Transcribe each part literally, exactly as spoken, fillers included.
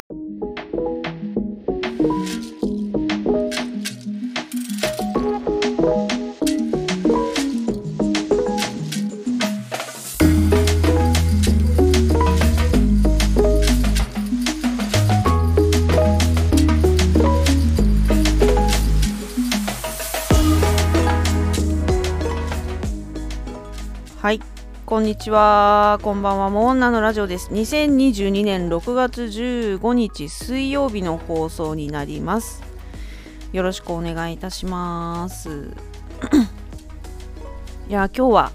はい、こんにちは、こんばんは。もう女のラジオです。にせんにじゅうにねんろくがつじゅうごにち水曜日の放送になります。よろしくお願いいたします。いや、今日は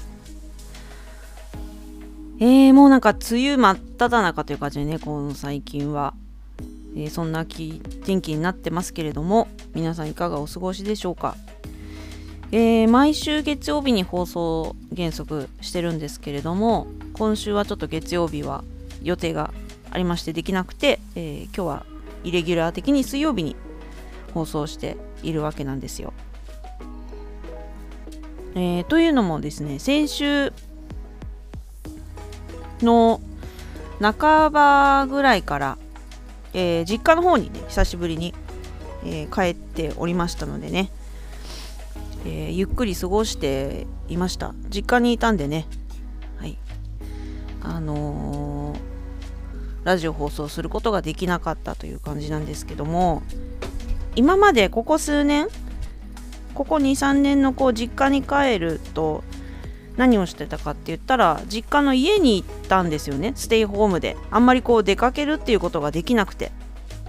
えー、もうなんか梅雨真っ只中という感じでね、この最近は、えー、そんな気天気になってますけれども、皆さんいかがお過ごしでしょうか。えー、毎週月曜日に放送原則してるんですけれども、今週はちょっと月曜日は予定がありましてできなくて、えー、今日はイレギュラー的に水曜日に放送しているわけなんですよ。えー、というのもですね、先週の半ばぐらいから、えー、実家の方にね久しぶりに、えー、帰っておりましたのでね、えー、ゆっくり過ごしていました。実家にいたんでね、はい、あのー、ラジオ放送することができなかったという感じなんですけども、今までここ数年ここ にさんねんのこう実家に帰ると何をしてたかって言ったら、実家の家に行ったんですよね。ステイホームであんまりこう出かけるっていうことができなくて、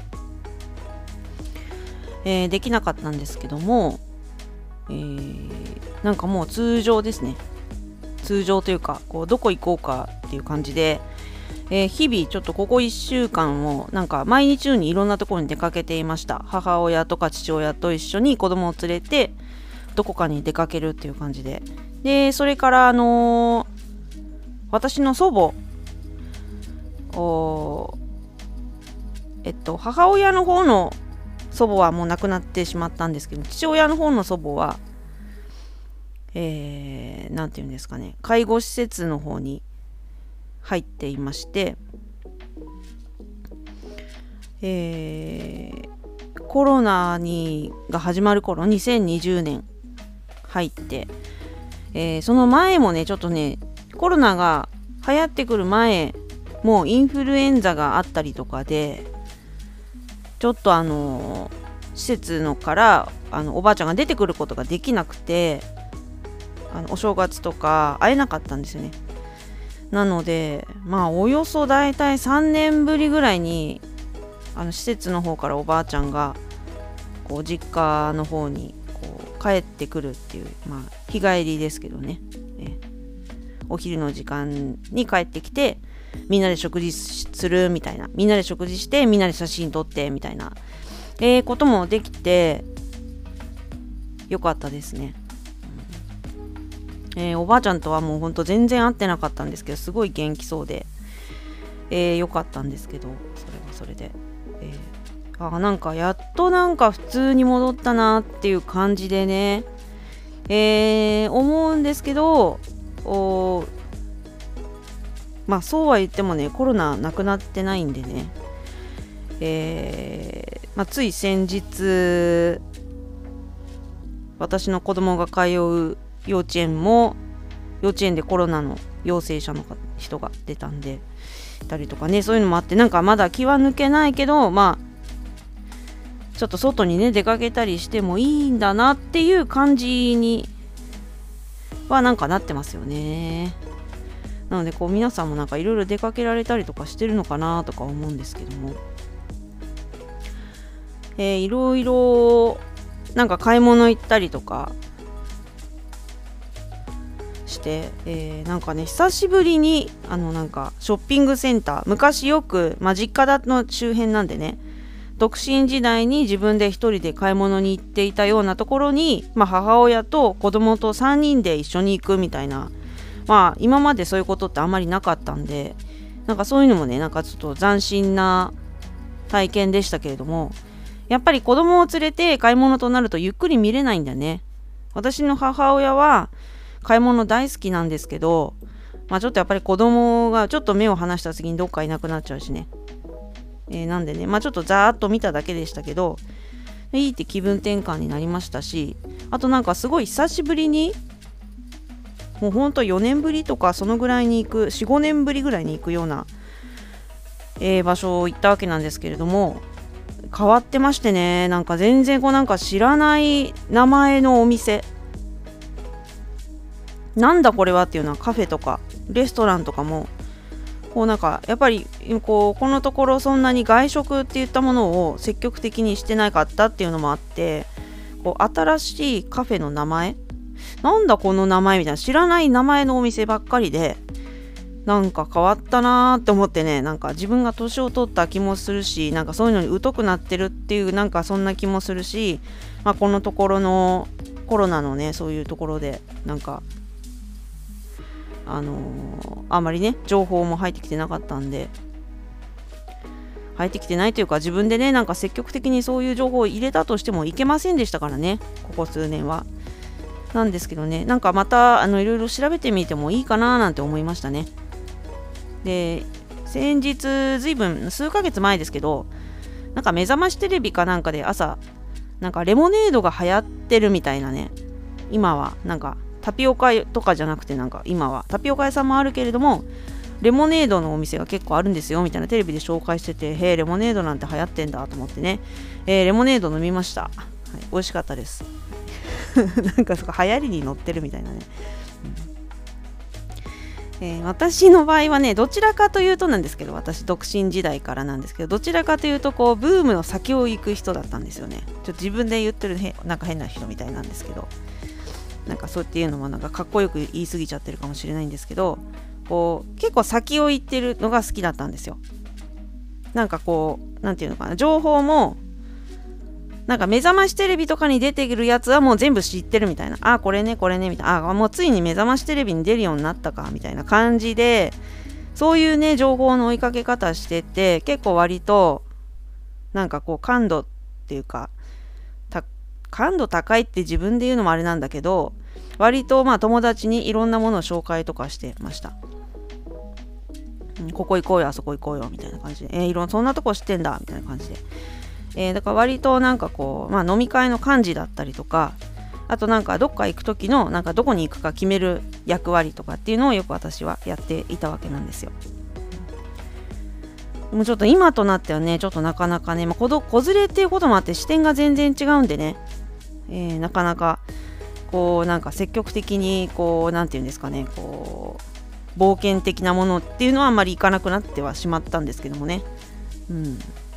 えー、できなかったんですけども、えー、なんかもう通常ですね。通常というか、こうどこ行こうかっていう感じで、えー、日々ちょっとここいっしゅうかんをなんか毎日のようにいろんなところに出かけていました。母親とか父親と一緒に子供を連れてどこかに出かけるっていう感じで、でそれからあのー、私の祖母おえっと母親の方の祖母はもう亡くなってしまったんですけど、父親の方の祖母はえー、なんていうんですかね、介護施設の方に入っていまして、えー、コロナにが始まる頃にせんにじゅうねん入って、えー、その前もねちょっとねコロナが流行ってくる前もうインフルエンザがあったりとかで、ちょっとあのー、施設のからあのおばあちゃんが出てくることができなくて、あのお正月とか会えなかったんですよね。なのでまあおよそだいたいさんねんぶりぐらいにあの施設の方からおばあちゃんがこう実家の方にこう帰ってくるっていう、まあ日帰りですけどね、えお昼の時間に帰ってきてみんなで食事するみたいな、みんなで食事してみんなで写真撮ってみたいな、えー、こともできてよかったですね。えー、おばあちゃんとはもうほんと全然会ってなかったんですけど、すごい元気そうで、えー、よかったんですけど、それはそれで、えー、あなんかやっとなんか普通に戻ったなっていう感じでね、えー、思うんですけど、おまあそうは言ってもねコロナなくなってないんでね、えーまあ、つい先日私の子供が通う幼稚園も幼稚園でコロナの陽性者の人が出たんでいたりとかね、そういうのもあって、なんかまだ気は抜けないけど、まあちょっと外にね出かけたりしてもいいんだなっていう感じにはなんかなってますよね。なのでこう皆さんもなんかいろいろ出かけられたりとかしてるのかなとか思うんですけども、えー、いろいろなんか買い物行ったりとかして、えー、なんかね久しぶりにあのなんかショッピングセンター、昔よく、まあ、実家の周辺なんでね、独身時代に自分で一人で買い物に行っていたようなところに、まあ、母親と子供とさんにんで一緒に行くみたいな、まあ今までそういうことってあんまりなかったんで、なんかそういうのもねなんかちょっと斬新な体験でしたけれども、やっぱり子供を連れて買い物となるとゆっくり見れないんだね。私の母親は買い物大好きなんですけど、まあちょっとやっぱり子供がちょっと目を離した次にどっかいなくなっちゃうしね。 えー、なんでね、まあちょっとざーっと見ただけでしたけど、いいって気分転換になりましたし、あとなんかすごい久しぶりに、もうほんとよねんぶりとかそのぐらいに行く、よん、ごねんぶりぐらいに行くような、えー、場所を行ったわけなんですけれども、変わってましてね、なんか全然こうなんか知らない名前のお店、なんだこれはっていうのはカフェとかレストランとかも、こうなんかやっぱりこうこのところそんなに外食っていったものを積極的にしてなかったっていうのもあって、こう新しいカフェの名前、なんだこの名前みたいな、知らない名前のお店ばっかりで、なんか変わったなーって思ってね、なんか自分が年を取った気もするし、なんかそういうのに疎くなってるっていう、なんかそんな気もするし、まあ、このところのコロナのね、そういうところでなんかあのー、あんまりね情報も入ってきてなかったんで、入ってきてないというか、自分でねなんか積極的にそういう情報を入れたとしてもいけませんでしたからね、ここ数年は。なんですけどね、なんかまたあのいろいろ調べてみてもいいかななんて思いましたね。で、先日ずいぶん数ヶ月前ですけど、なんか目覚ましテレビかなんかで朝なんかレモネードが流行ってるみたいなね、今はなんかタピオカとかじゃなくて、なんか今はタピオカ屋さんもあるけれどもレモネードのお店が結構あるんですよみたいなテレビで紹介してて、へえレモネードなんて流行ってんだと思ってね、えー、レモネード飲みました。はい、美味しかったですなんかそこ流行りに乗ってるみたいなね、うん、えー、私の場合はね、どちらかというとなんですけど、私独身時代からなんですけど、どちらかというとこうブームの先を行く人だったんですよね。ちょっと自分で言ってるへなんか変な人みたいなんですけど、なんかそうっていうのもなんかかっこよく言い過ぎちゃってるかもしれないんですけど、こう結構先を行ってるのが好きだったんですよ。なんかこうなんていうのかな、情報もなんか目覚ましテレビとかに出てくるやつはもう全部知ってるみたいな、あこれねこれねみたいな、あもうついに目覚ましテレビに出るようになったかみたいな感じで、そういうね情報の追いかけ方してて、結構割となんかこう感度っていうか、感度高いって自分で言うのもあれなんだけど、割とまあ友達にいろんなものを紹介とかしてました。うん、ここ行こうよあそこ行こうよみたいな感じで、えー、いろんそんなとこ知ってんだみたいな感じで、えー、だから割となんかこう、まあ、飲み会の幹事だったりとか、あとなんかどっか行く時のなんかどこに行くか決める役割とかっていうのをよく私はやっていたわけなんですよ。でもちょっと今となってはね、ちょっとなかなかね、まあ、子連れっていうこともあって視点が全然違うんでね、えー、なかなかこうなんか積極的にこうなんていうんですかね、こう冒険的なものっていうのはあんまりいかなくなってはしまったんですけどもね、うん、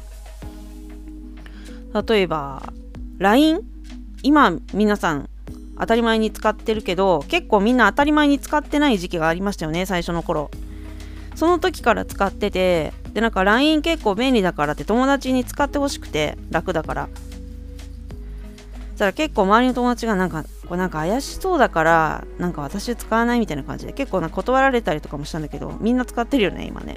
例えば ライン、 今皆さん当たり前に使ってるけど、結構みんな当たり前に使ってない時期がありましたよね、最初の頃。その時から使ってて、でなんか ライン 結構便利だからって友達に使ってほしくて、楽だから。そしたら結構周りの友達がなんかこうなんか怪しそうだからなんか私使わないみたいな感じで結構なんか断られたりとかもしたんだけど、みんな使ってるよね今ね、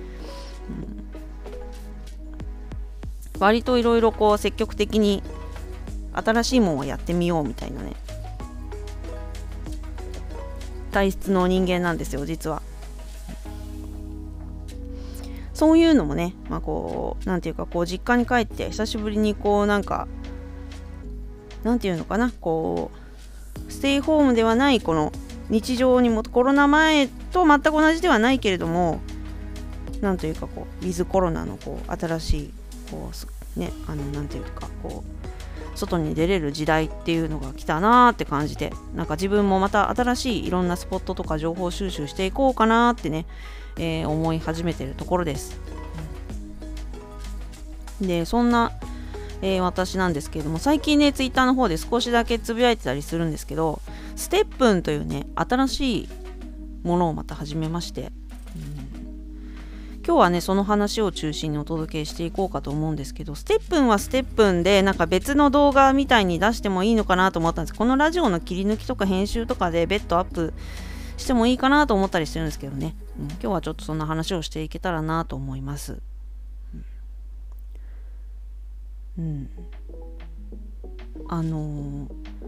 うん、割といろいろこう積極的に新しいもんをやってみようみたいなね体質の人間なんですよ実は。そういうのもね、まあこうなんていうかこう実家に帰って久しぶりにこうなんかなんていうのかな、こうステイホームではないこの日常にも、コロナ前と全く同じではないけれども、なんというかこうウィズコロナのこう新しいこうね、あのなんていうかこう外に出れる時代っていうのが来たなーって感じで、なんか自分もまた新しいいろんなスポットとか情報収集していこうかなってね、えー、思い始めてるところです。でそんなえー、私なんですけれども、最近ねツイッターの方で少しだけつぶやいてたりするんですけど、ステップンというね新しいものをまた始めまして、うん、今日はねその話を中心にお届けしていこうかと思うんですけど、ステップンはステップンでなんか別の動画みたいに出してもいいのかなと思ったんです。このラジオの切り抜きとか編集とかで別途アップしてもいいかなと思ったりしてるんですけどね、うん、今日はちょっとそんな話をしていけたらなと思います。うん、あのー、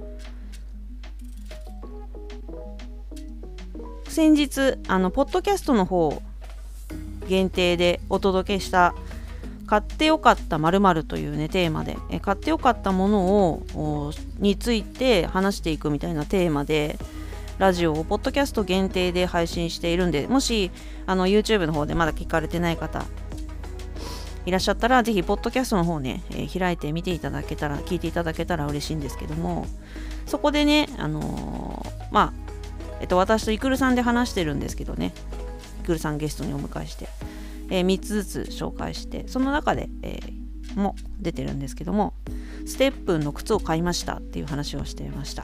先日あのポッドキャストの方限定でお届けした買ってよかった〇〇というねテーマで、え買ってよかったものをについて話していくみたいなテーマでラジオをポッドキャスト限定で配信しているんで、もしあの YouTube の方でまだ聞かれてない方いらっしゃったら、ぜひポッドキャストの方ね、えー、開いて見ていただけたら、聞いていただけたら嬉しいんですけども、そこでね、あのー、まあ、えっと、私とイクルさんで話してるんですけどね、イクルさんゲストにお迎えして、えー、みっつずつ紹介して、その中で、えー、も出てるんですけども、ステップンの靴を買いましたっていう話をしていました。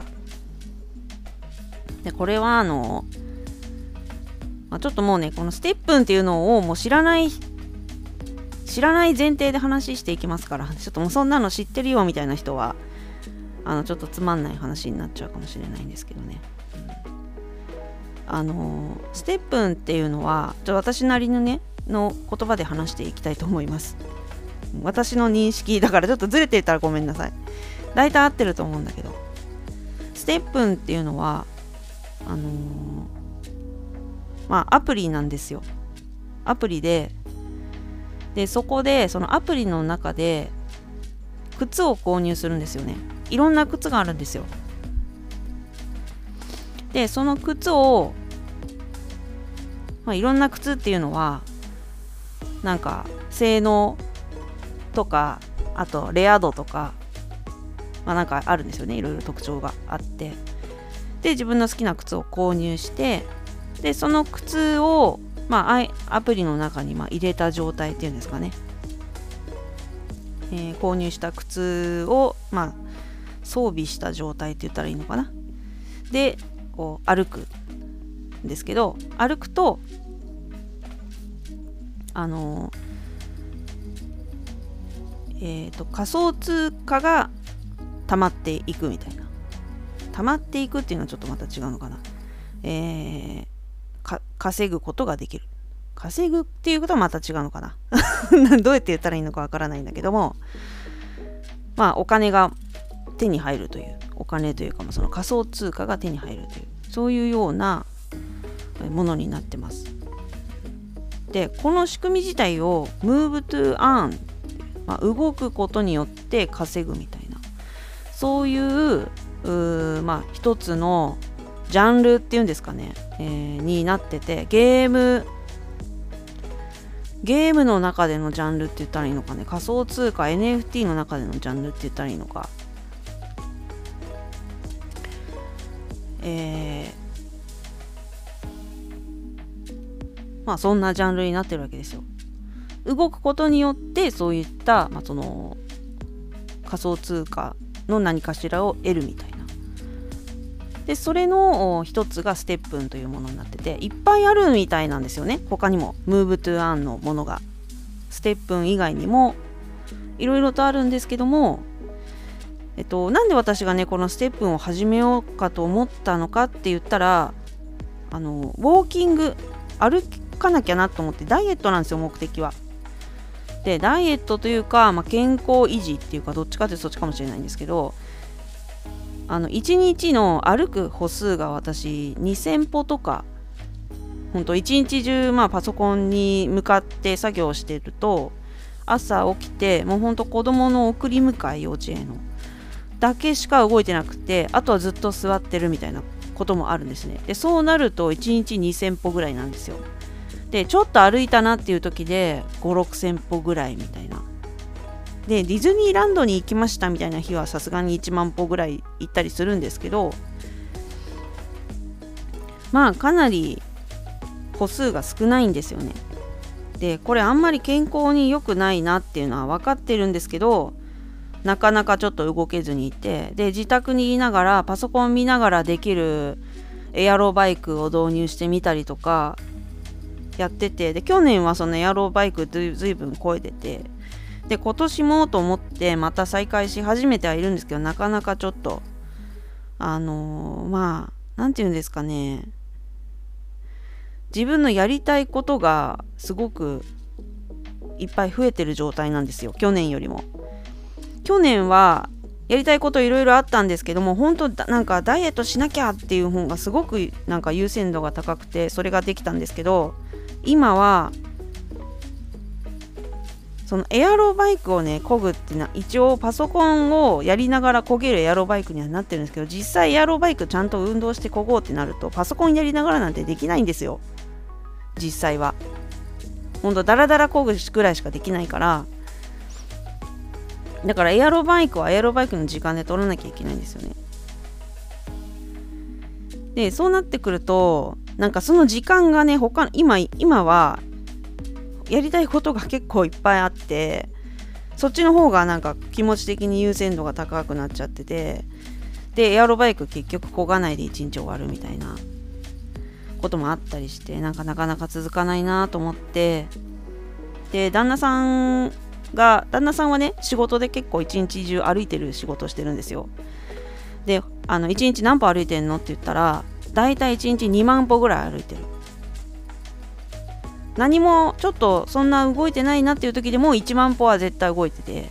で、これはあのーまあ、ちょっともうね、このステップンっていうのをもう知らない知らない前提で話していきますから、ちょっともうそんなの知ってるよみたいな人はあのちょっとつまんない話になっちゃうかもしれないんですけどね、うん、あのステップンっていうのはちょっと私なりのねの言葉で話していきたいと思います。私の認識だからちょっとずれていたらごめんなさい。大体合ってると思うんだけど、ステップンっていうのはあのー、まあアプリなんですよ。アプリででそこでそのアプリの中で靴を購入するんですよね。いろんな靴があるんですよ。でその靴を、まあ、いろんな靴っていうのはなんか性能とかあとレア度とか、まあ、なんかあるんですよね。いろいろ特徴があって、で自分の好きな靴を購入して、でその靴をまあ、アプリの中にまあ入れた状態っていうんですかね、えー、購入した靴をまあ装備した状態って言ったらいいのかな。でこう歩くんですけど、歩くとあのー、えーと仮想通貨が溜まっていくみたいな。溜まっていくっていうのはちょっとまた違うのかな。えーか稼ぐことができる。稼ぐっていうことはまた違うのかなどうやって言ったらいいのかわからないんだけども、まあお金が手に入るという、お金というか、まあ、その仮想通貨が手に入るという、そういうようなものになってます。でこの仕組み自体を Move to Earn、まあ、動くことによって稼ぐみたいな、そういう、うまあ一つのジャンルっていうんですかね、えー、になってて、ゲームゲームの中でのジャンルって言ったらいいのかね、仮想通貨 エヌエフティー の中でのジャンルって言ったらいいのか、えー、まあそんなジャンルになってるわけですよ。動くことによってそういった、まあ、その仮想通貨の何かしらを得るみたいな。でそれの一つがステップンというものになってて、いっぱいあるみたいなんですよね。他にも Move to Earn のものがステップン以外にもいろいろとあるんですけども、えっとなんで私がねこのステップンを始めようかと思ったのかって言ったら、あのウォーキング、歩かなきゃなと思って、ダイエットなんですよ目的は。でダイエットというか、まあ、健康維持っていうか、どっちかというとそっちかもしれないんですけど、あのいちにちの歩く歩数が私にせんぽとか、ほんと一日中、まあ、パソコンに向かって作業してると、朝起きてもうほんと子供の送り迎え、幼稚園のだけしか動いてなくて、あとはずっと座ってるみたいなこともあるんですね。でそうなるといちにちにせんぽぐらいなんですよ。でちょっと歩いたなっていう時でご、ろくせんぽぐらいみたいな。でディズニーランドに行きましたみたいな日はさすがにいちまんぽぐらい行ったりするんですけど、まあかなり歩数が少ないんですよね。でこれあんまり健康に良くないなっていうのは分かってるんですけど、なかなかちょっと動けずにいて、で自宅にいながらパソコン見ながらできるエアロバイクを導入してみたりとかやってて、で去年はそのエアロバイクずずいぶん超えてて、で今年もと思ってまた再開し始めてはいるんですけど、なかなかちょっとあのー、まあなんていうんですかね、自分のやりたいことがすごくいっぱい増えてる状態なんですよ、去年よりも。去年はやりたいこといろいろあったんですけども、本当なんかダイエットしなきゃっていう方がすごくなんか優先度が高くて、それができたんですけど、今はそのエアロバイクをね漕ぐってな、一応パソコンをやりながら漕げるエアロバイクにはなってるんですけど、実際エアロバイクちゃんと運動して漕ごうってなるとパソコンやりながらなんてできないんですよ。実際はほんとダラダラ漕ぐぐらいしかできないから、だからエアロバイクはエアロバイクの時間で取らなきゃいけないんですよね。でそうなってくると、なんかその時間がね、他の今今はやりたいことが結構いっぱいあって、そっちの方がなんか気持ち的に優先度が高くなっちゃってて、でエアロバイク結局漕がないで一日終わるみたいなこともあったりして、なんかなかなか続かないなと思って、で旦那さんが旦那さんはね仕事で結構一日中歩いてる仕事をしてるんですよ。であのいちにち何歩歩いてんのって言ったら、だいたいいちにちにまん歩ぐらい歩いてる。何もちょっとそんな動いてないなっていう時でもいちまん歩は絶対動いてて、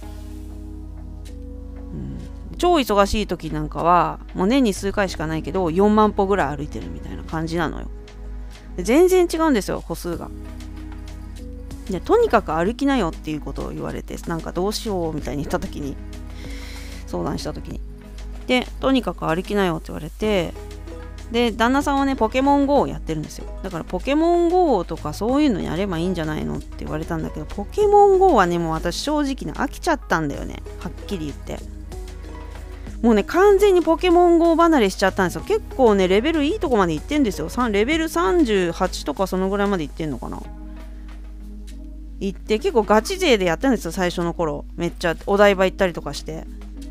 うん、超忙しい時なんかはもう年に数回しかないけどよんまん歩ぐらい歩いてるみたいな感じなのよ。で全然違うんですよ、歩数が。でとにかく歩きなよっていうことを言われて、なんかどうしようみたいに言った時に、相談した時に、でとにかく歩きなよって言われて、で旦那さんはねポケモン ゴー をやってるんですよ。だからポケモン ゴー とかそういうのやればいいんじゃないのって言われたんだけど、ポケモン ゴー はねもう私正直ね飽きちゃったんだよね、はっきり言って。もうね完全にポケモン ゴー 離れしちゃったんですよ。結構ねレベルいいとこまで行ってんですよ。レベルさんじゅうはちとかそのぐらいまで行ってんのかな。行って結構ガチ勢でやってるんですよ最初の頃。めっちゃお台場行ったりとかして、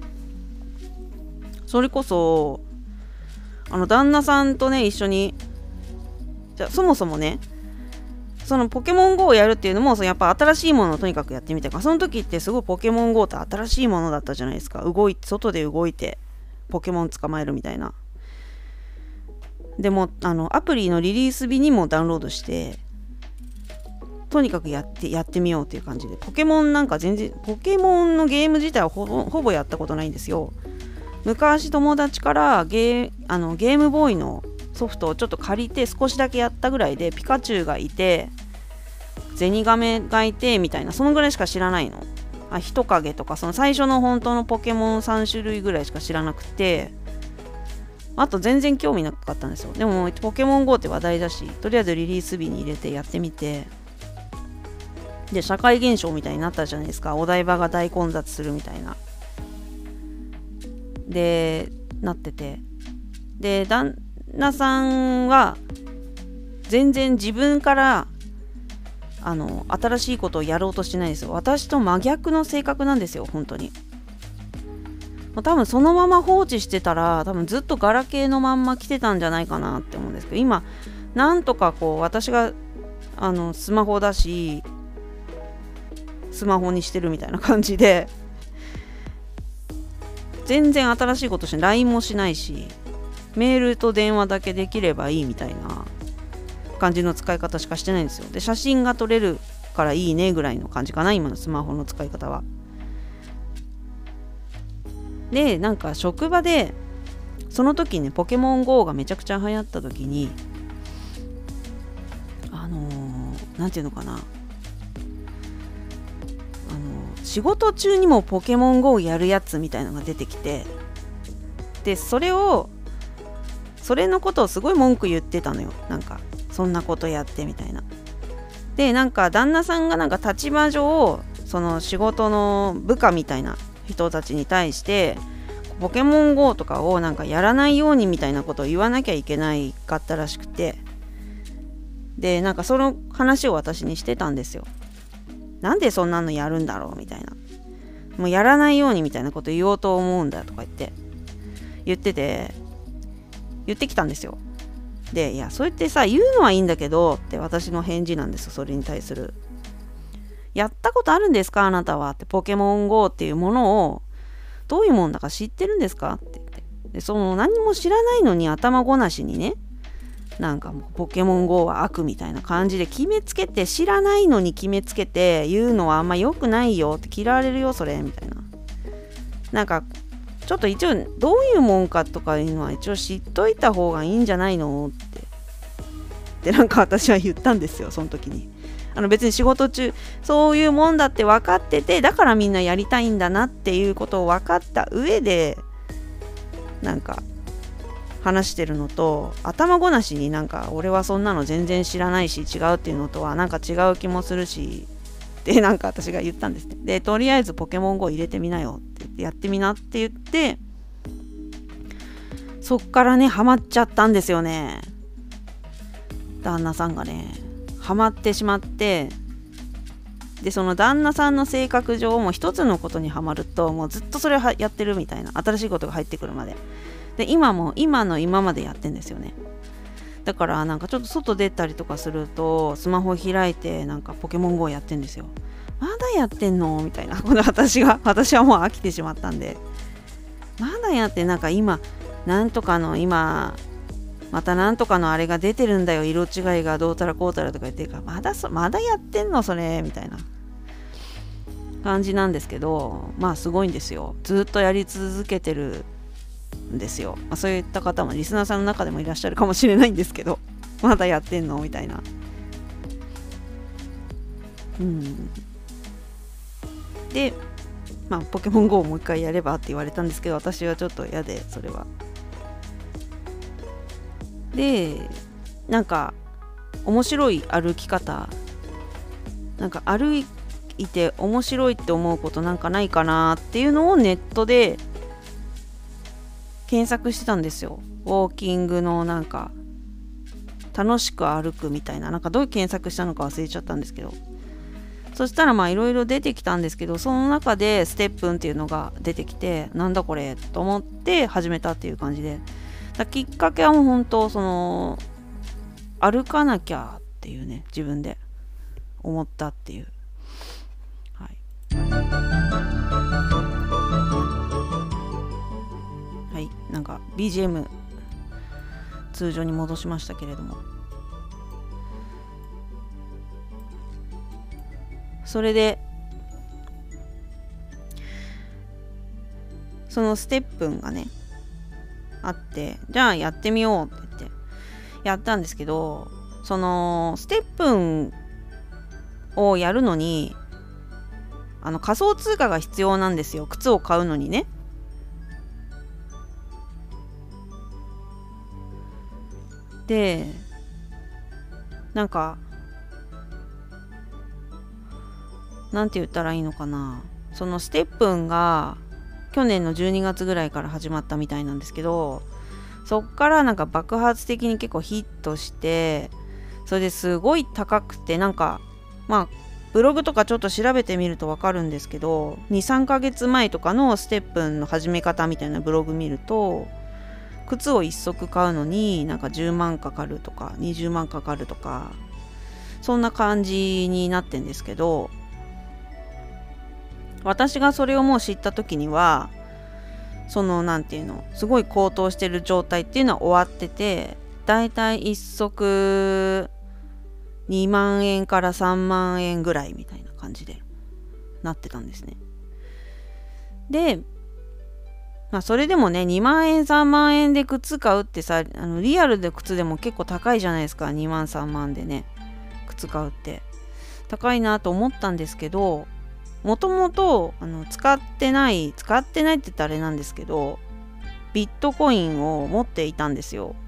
それこそあの旦那さんとね一緒に、じゃあそもそもねそのポケモン ゴー をやるっていうのも、そのやっぱ新しいものをとにかくやってみたいから、その時ってすごいポケモン ゴー って新しいものだったじゃないですか。動いて外で動いてポケモン捕まえるみたいな。でもあのアプリのリリース日にもダウンロードして、とにかくやってやってみようっていう感じで、ポケモンなんか全然ポケモンのゲーム自体はほぼほぼやったことないんですよ。昔友達からゲー、あのゲームボーイのソフトをちょっと借りて少しだけやったぐらいで、ピカチュウがいてゼニガメがいてみたいな、そのぐらいしか知らないの。あ、人影とかその最初の本当のポケモンさん種類ぐらいしか知らなくて、あと全然興味なかったんですよ。でもポケモン ゴー って話題だし、とりあえずリリース日に入れてやってみて、で社会現象みたいになったじゃないですか。お台場が大混雑するみたいなでなってて、で旦那さんは全然自分からあの新しいことをやろうとしてないんですよ。私と真逆の性格なんですよ本当に。多分そのまま放置してたら多分ずっとガラケーのまんま来てたんじゃないかなって思うんですけど、今なんとかこう私があのスマホだしスマホにしてるみたいな感じで、全然新しいことして ライン もしないし、メールと電話だけできればいいみたいな感じの使い方しかしてないんですよ。で写真が撮れるからいいねぐらいの感じかな、今のスマホの使い方は。でなんか職場でその時ねポケモン ゴー がめちゃくちゃ流行った時に、あのー、なんていうのかな、仕事中にもポケモン ゴー やるやつみたいなのが出てきて、でそれをそれのことをすごい文句言ってたのよ。なんかそんなことやってみたいな。でなんか旦那さんがなんか立場上その仕事の部下みたいな人たちに対してポケモン ゴー とかをなんかやらないようにみたいなことを言わなきゃいけないかったらしくて、でなんかその話を私にしてたんですよ。なんでそんなのやるんだろうみたいな、もうやらないようにみたいなこと言おうと思うんだとか言って言ってて言ってきたんですよ。でいやそう言ってさ言うのはいいんだけどって私の返事なんですよ。それに対する、やったことあるんですかあなたはって、ポケモン ゴー っていうものをどういうもんだか知ってるんですかって言って、でその何も知らないのに頭ごなしにね、なんかもうポケモン ゴー は悪みたいな感じで決めつけて、知らないのに決めつけて言うのはあんま良くないよって、嫌われるよそれみたいな、なんかちょっと一応どういうもんかとかいうのは一応知っといた方がいいんじゃないのってでなんか私は言ったんですよその時に。 あの別に仕事中そういうもんだって分かってて、だからみんなやりたいんだなっていうことを分かった上でなんか話してるのと、頭ごなしになんか俺はそんなの全然知らないし違うっていうのとはなんか違う気もするしで、なんか私が言ったんですね。でとりあえずポケモン ゴー 入れてみなよって言って、やってみなって言って、そっからねハマっちゃったんですよね。旦那さんがねハマってしまって、でその旦那さんの性格上もう一つのことにハマるともうずっとそれをやってるみたいな、新しいことが入ってくるまでで、今も今の今までやってんですよね。だからなんかちょっと外出たりとかするとスマホ開いてなんかポケモン ゴー やってんですよ。まだやってんのみたいな、この私が私はもう飽きてしまったんで、まだやって、なんか今なんとかの今またなんとかのあれが出てるんだよ、色違いがどうたらこうたらとか言ってるから、まだそまだやってんのそれみたいな感じなんですけど、まあすごいんですよ。ずっとやり続けてるんですよ。まあ、そういった方もリスナーさんの中でもいらっしゃるかもしれないんですけど、まだやってんのみたいな。うんで、まあ、ポケモン ゴー をもう一回やればって言われたんですけど、私はちょっと嫌で、それは。で、なんか、面白い歩き方、なんか歩いて面白いって思うことなんかないかなっていうのをネットで検索してたんですよ。ウォーキングのなんか、楽しく歩くみたいな、なんかどういう検索したのか忘れちゃったんですけど、そしたらまあいろいろ出てきたんですけど、その中でステップンっていうのが出てきて、なんだこれと思って始めたっていう感じで、だきっかけはもう本当その歩かなきゃっていうね、自分で思ったっていう、はい、はい、なんか ビージーエム 通常に戻しましたけれども、それでそのステップンがねあって、じゃあやってみようって言ってやったんですけど、そのステップンをやるのにあの仮想通貨が必要なんですよ、靴を買うのにね。でなんかなんて言ったらいいのかな、そのステップンが去年のじゅうにがつぐらいから始まったみたいなんですけど、そっからなんか爆発的に結構ヒットして、それですごい高くて、なんかまあブログとかちょっと調べてみると分かるんですけど、にさんかげつまえとかのステップンの始め方みたいなブログ見ると、靴をいっ足買うのになんかじゅうまんかかるとかにじゅうまんかかるとか、そんな感じになってんですけど、私がそれをもう知った時にはそのなんていうの、すごい高騰してる状態っていうのは終わってて、だいたいいっ足にまんえんからさんまんえんぐらいみたいな感じでなってたんですね。で、まあそれでもねにまんえんさんまんえんで靴買うってさ、あのリアルで靴でも結構高いじゃないですか。にまんさんまんでね靴買うって高いなと思ったんですけど、もともとあの使ってない使ってないって言ったらあれなんですけど、ビットコインを持っていたんですよ、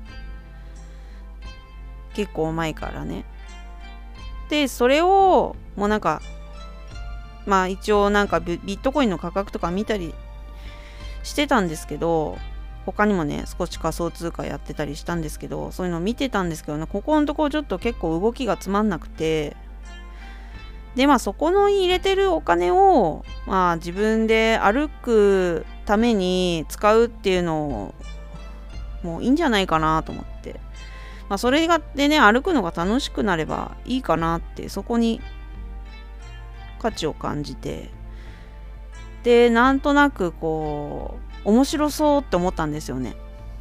結構前からね。でそれをもうなんかまあ一応なんかビットコインの価格とか見たりしてたんですけど、他にもね少し仮想通貨やってたりしたんですけど、そういうの見てたんですけどね、ここのところちょっと結構動きがつまんなくて、でまあそこの入れてるお金をまあ自分で歩くために使うっていうのをもういいんじゃないかなと思って、まあそれがでね歩くのが楽しくなればいいかなって、そこに価値を感じて、でなんとなくこう面白そうって思ったんですよね。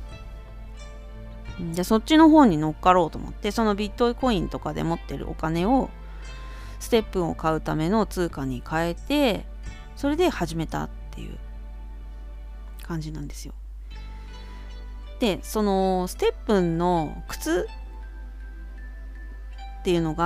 でそっちの方に乗っかろうと思って、そのビットコインとかで持ってるお金をステップンを買うための通貨に変えて、それで始めたっていう感じなんですよ。でそのステップンの靴っていうのが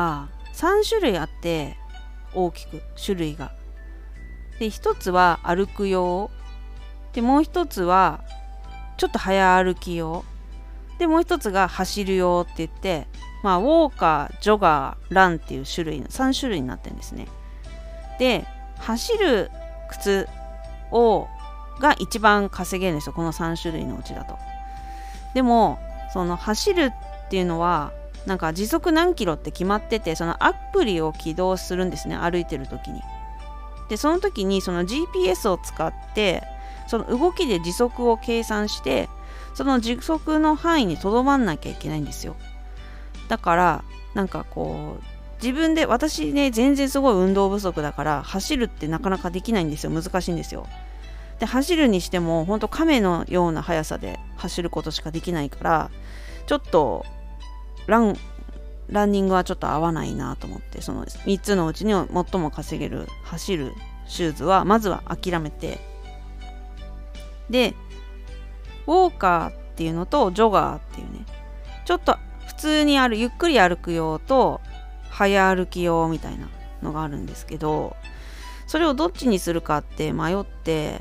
さん種類あって、大きく種類が。でひとつは歩く用で、もうひとつはちょっと早歩き用で、もうひとつが走る用って言って、まあウォーカー、ジョガー、ランっていう種類のさん種類になってるんですね。で走る靴をが一番稼げるんですよ、このさん種類のうちだと。でもその走るっていうのはなんか時速何キロって決まってて、そのアプリを起動するんですね、歩いてる時に。でその時にその ジーピーエス を使ってその動きで時速を計算して、その時速の範囲にとどまんなきゃいけないんですよ。だからなんかこう自分で、私ね全然すごい運動不足だから走るってなかなかできないんですよ、難しいんですよ。で走るにしても本当亀のような速さで走ることしかできないから、ちょっとランランニングはちょっと合わないなと思って、そのみっつのうちに最も稼げる走るシューズはまずは諦めて、でウォーカーっていうのとジョガーっていうね、ちょっと普通にあるゆっくり歩く用と早歩き用みたいなのがあるんですけど、それをどっちにするかって迷って、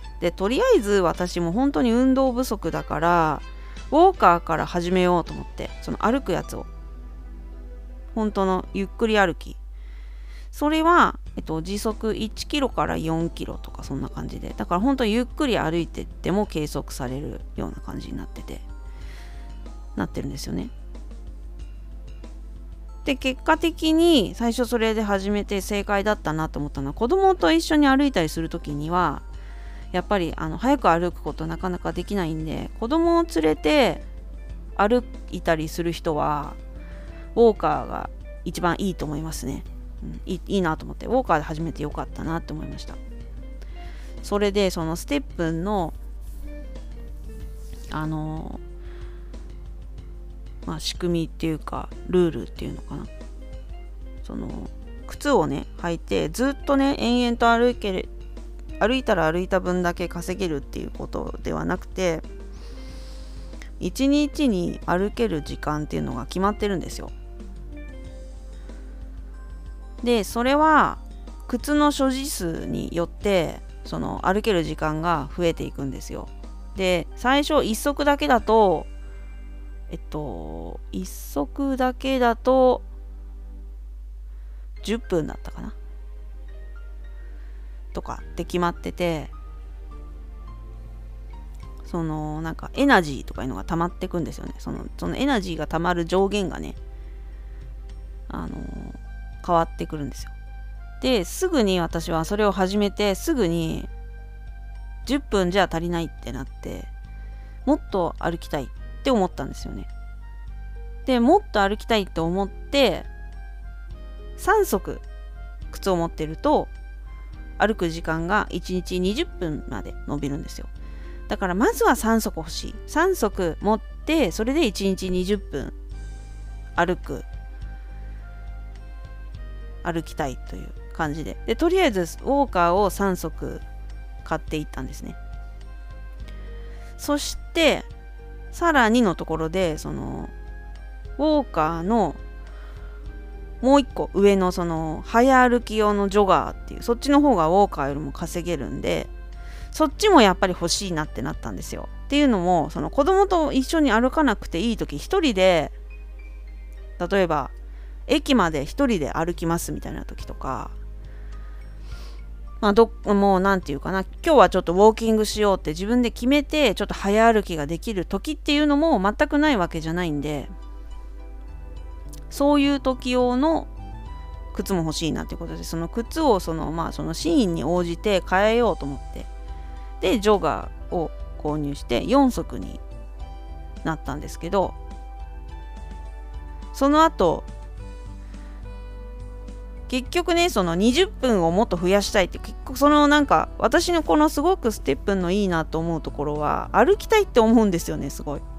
でとりあえず私も本当に運動不足だからウォーカーから始めようと思って、その歩くやつを、本当のゆっくり歩き、それは、えっと、時速いちキロからよんキロとかそんな感じで、だから本当にゆっくり歩いてっても計測されるような感じになっててなってるんですよね。で結果的に最初それで始めて正解だったなと思ったのは、子供と一緒に歩いたりする時にはやっぱりあの早く歩くことなかなかできないんで、子供を連れて歩いたりする人はウォーカーが一番いいと思いますね。うん、いい、いいなと思って、ウォーカーで始めてよかったなって思いました。それでそのステップンのあのまあ仕組みっていうかルールっていうのかな、その靴をね履いてずっとね延々と歩ける歩いたら歩いた分だけ稼げるっていうことではなくて、いちにちに歩ける時間っていうのが決まってるんですよ。でそれは靴の所持数によってその歩ける時間が増えていくんですよ。で最初いっ足だけだとえっといっ足だけだとじゅっぷんだったかなとかって決まってて、そのなんかエナジーとかいうのが溜まってくんですよね。そのそのエナジーが溜まる上限がねあの変わってくるんですよ。ですぐに私はそれを始めてすぐにじゅっぷんじゃ足りないってなって、もっと歩きたいって思ったんですよね。でもっと歩きたいって思ってさん足靴を持ってると歩く時間がいちにちにじゅっぷんまで伸びるんですよ。だからまずはさん足欲しい。さん足持ってそれでいちにちにじゅっぷん歩く歩きたいという感じで、でとりあえずウォーカーをさん足買っていったんですね。そしてさらにのところでそのウォーカーのもう一個上のその早歩き用のジョガーっていう、そっちの方がウォーカーよりも稼げるんで、そっちもやっぱり欲しいなってなったんですよ。っていうのもその子供と一緒に歩かなくていい時、一人で例えば駅まで一人で歩きますみたいな時とか、まあどもうなんていうかな、今日はちょっとウォーキングしようって自分で決めてちょっと早歩きができる時っていうのも全くないわけじゃないんで、そういう時用の靴も欲しいなということで、その靴をそのまあそのシーンに応じて変えようと思って、でジョガーを購入してよん足になったんですけど、その後結局ねそのにじゅっぷんをもっと増やしたいって、結構そのなんか私のこのすごくステップンのいいなと思うところは歩きたいって思うんですよね。すごい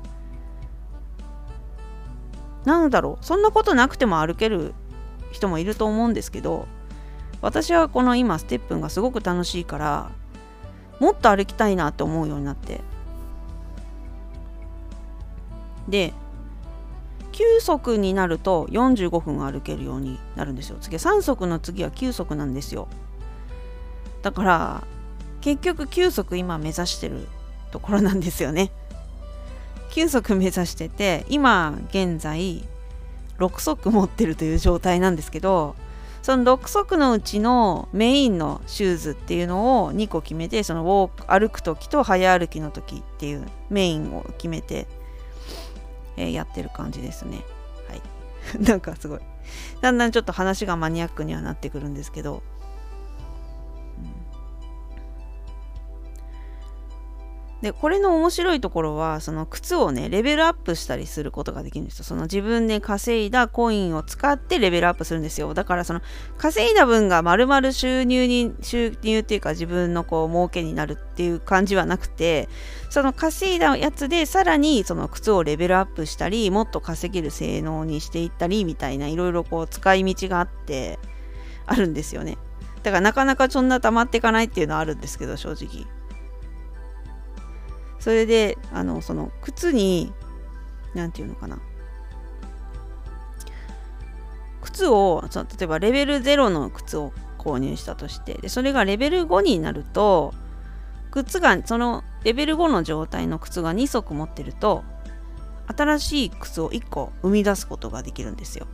なんだろう、そんなことなくても歩ける人もいると思うんですけど、私はこの今ステップンがすごく楽しいからもっと歩きたいなって思うようになって、できゅう足になるとよんじゅうごふん歩けるようになるんですよ。次さん足の次はきゅう足なんですよ。だから結局きゅう足今目指してるところなんですよね。きゅう足目指してて、今現在ろく足持ってるという状態なんですけど、そのろく足のうちのメインのシューズっていうのをにこ決めて、そのウォーク歩く時と早歩きの時っていうメインを決めて、えー、やってる感じですね。はい。なんかすごいだんだんちょっと話がマニアックにはなってくるんですけど、でこれの面白いところは、その靴をねレベルアップしたりすることができるんですよ。その自分で稼いだコインを使ってレベルアップするんですよ。だからその稼いだ分が丸々収入に収入っていうか自分のこう儲けになるっていう感じはなくて、その稼いだやつでさらにその靴をレベルアップしたり、もっと稼げる性能にしていったりみたいな、いろいろこう使い道があってあるんですよね。だからなかなかそんな溜まっていかないっていうのはあるんですけど、正直。それであのその靴に何て言うのかな、靴をその例えばレベルゼロの靴を購入したとして、でそれがレベルごになると、靴がそのレベルごの状態の靴がに足持ってると、新しい靴をいっこ生み出すことができるんですよ。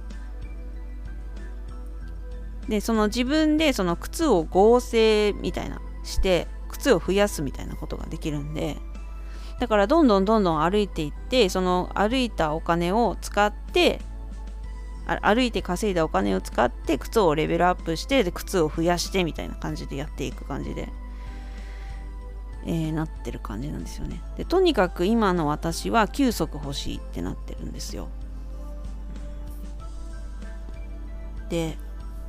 でその自分でその靴を合成みたいなして靴を増やすみたいなことができるんで、だからどんどんどんどん歩いていって、その歩いたお金を使って歩いて稼いだお金を使って靴をレベルアップして、で靴を増やしてみたいな感じでやっていく感じで、えー、なってる感じなんですよね。でとにかく今の私はきゅう足欲しいってなってるんですよ。で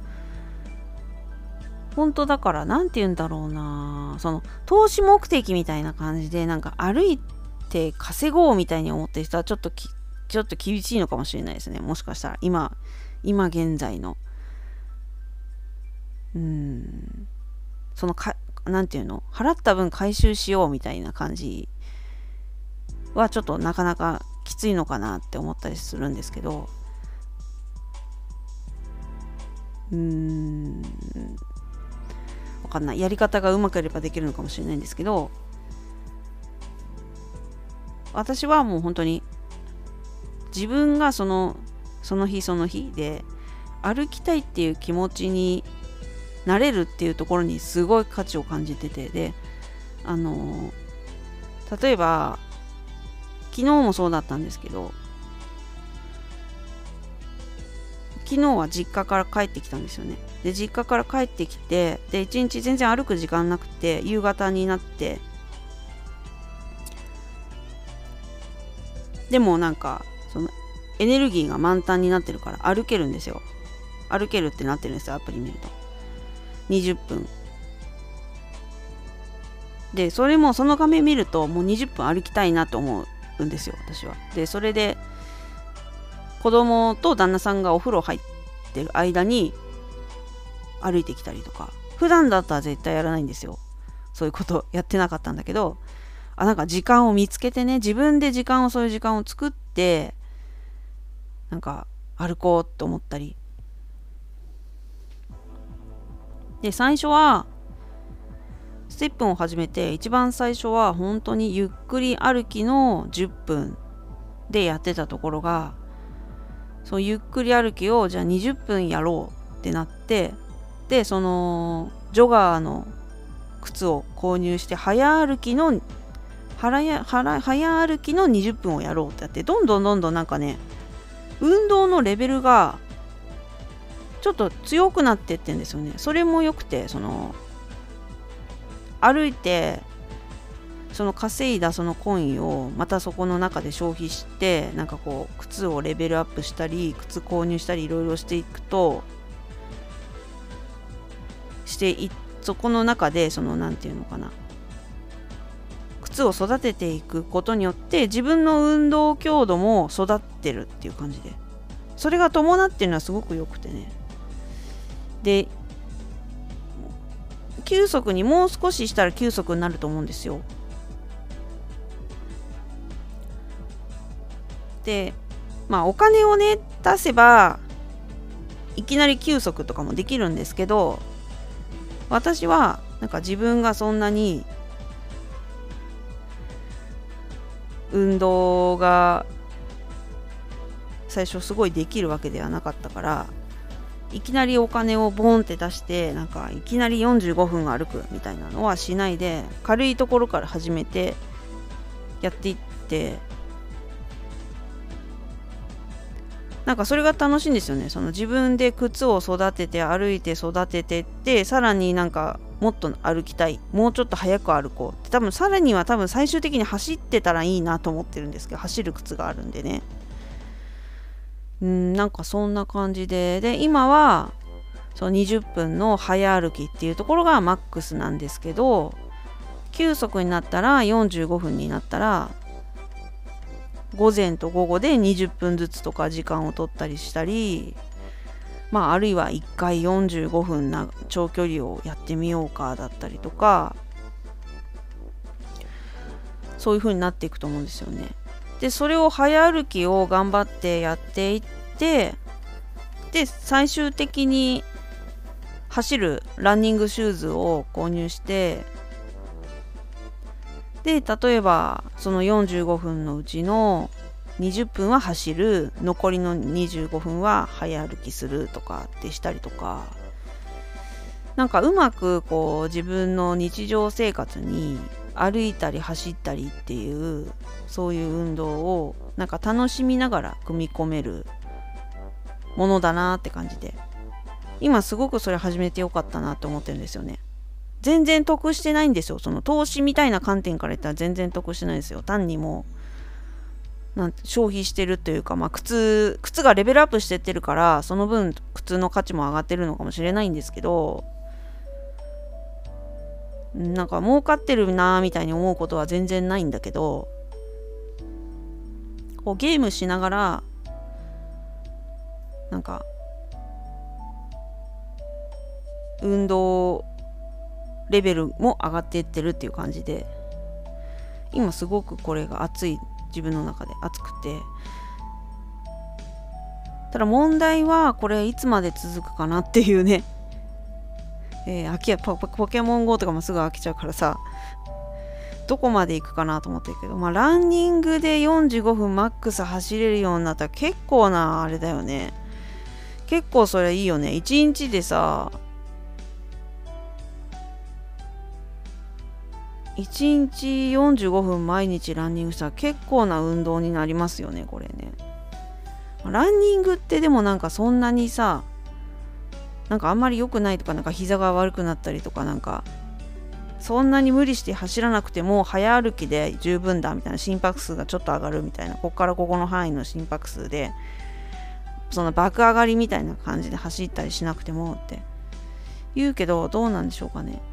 本当だからなんて言うんだろうな、その投資目的みたいな感じでなんか歩いて稼ごうみたいに思ってる人はちょっときちょっと厳しいのかもしれないですね。もしかしたら今今現在のうーんそのかなんていうの、払った分回収しようみたいな感じはちょっとなかなかきついのかなって思ったりするんですけど、うーんわかんない、やり方がうまくやればできるのかもしれないんですけど、私はもう本当に自分がそのその日その日で歩きたいっていう気持ちになれるっていうところにすごい価値を感じてて、であの例えば昨日もそうだったんですけど、昨日は実家から帰ってきたんですよね。で実家から帰ってきて、で一日全然歩く時間なくて、夕方になって、でもなんかそのエネルギーが満タンになってるから歩けるんですよ。歩けるってなってるんですよ、アプリ見るとにじゅっぷんで、それもその画面見るともうにじゅっぷん歩きたいなと思うんですよ、私は。でそれで子供と旦那さんがお風呂入ってる間に歩いてきたりとか、普段だったら絶対やらないんですよ。そういうことやってなかったんだけど、あなんか時間を見つけてね、自分で時間をそういう時間を作ってなんか歩こうと思ったりで、最初はステップを始めて一番最初は本当にゆっくり歩きのじゅっぷんでやってたところが、そうゆっくり歩きをじゃあにじゅっぷんやろうってなって、でそのジョガーの靴を購入して早歩きの早歩きのにじゅっぷんをやろうってやって、どんどんどんどんなんかね運動のレベルがちょっと強くなってってんですよね。それもよくて、その歩いてその稼いだそのコインをまたそこの中で消費して、なんかこう靴をレベルアップしたり靴購入したりいろいろしていくとしていそこの中でそのなんていうのかな、靴を育てていくことによって自分の運動強度も育ってるっていう感じで、それが伴ってるのはすごくよくてね。できゅう足にもう少ししたらきゅう足になると思うんですよ。でまあお金をね出せばいきなり休息とかもできるんですけど、私はなんか自分がそんなに運動が最初すごいできるわけではなかったから、いきなりお金をボンって出してなんかいきなりよんじゅうごふん歩くみたいなのはしないで、軽いところから始めてやっていって、なんかそれが楽しいんですよね。その自分で靴を育てて歩いて育ててって、さらになんかもっと歩きたい、もうちょっと早く歩こうって、多分さらには多分最終的に走ってたらいいなと思ってるんですけど、走る靴があるんでね。うんなんかそんな感じで、で今はそのにじゅっぷんの早歩きっていうところがマックスなんですけど、休息になったらよんじゅうごふんになったら午前と午後でにじゅっぷんずつとか時間を取ったりしたり、まああるいはいっかいよんじゅうごふんな長距離をやってみようかだったりとか、そういう風になっていくと思うんですよね。でそれを早歩きを頑張ってやっていって、で最終的に走るランニングシューズを購入して、で例えばそのよんじゅうごふんのうちのにじゅっぷんは走る、残りのにじゅうごふんは早歩きするとかってしたりとか、なんかうまくこう自分の日常生活に歩いたり走ったりっていうそういう運動をなんか楽しみながら組み込めるものだなって感じで、今すごくそれ始めてよかったなって思ってるんですよね。全然得してないんですよ。その投資みたいな観点から言ったら全然得してないですよ。単にもうなんて消費してるというか、まあ靴靴がレベルアップしてってるからその分靴の価値も上がってるのかもしれないんですけど、なんか儲かってるなーみたいに思うことは全然ないんだけど、こうゲームしながらなんか運動レベルも上がっていってるっていう感じで、今すごくこれが熱い、自分の中で熱くて、ただ問題はこれいつまで続くかなっていうね。えー、飽きやポポケモン ゴー とかもすぐ飽きちゃうからさ、どこまで行くかなと思ってるけど、まあランニングでよんじゅうごふんマックス走れるようになったら結構なあれだよね。結構それいいよね。いちにちでさ、いちにちよんじゅうごふん毎日ランニングしたら結構な運動になりますよね、これね。ランニングってでもなんかそんなにさ、なんかあんまり良くないとか、なんか膝が悪くなったりとか、なんかそんなに無理して走らなくても早歩きで十分だみたいな、心拍数がちょっと上がるみたいな、ここからここの範囲の心拍数でその爆上がりみたいな感じで走ったりしなくてもって言うけど、どうなんでしょうかね。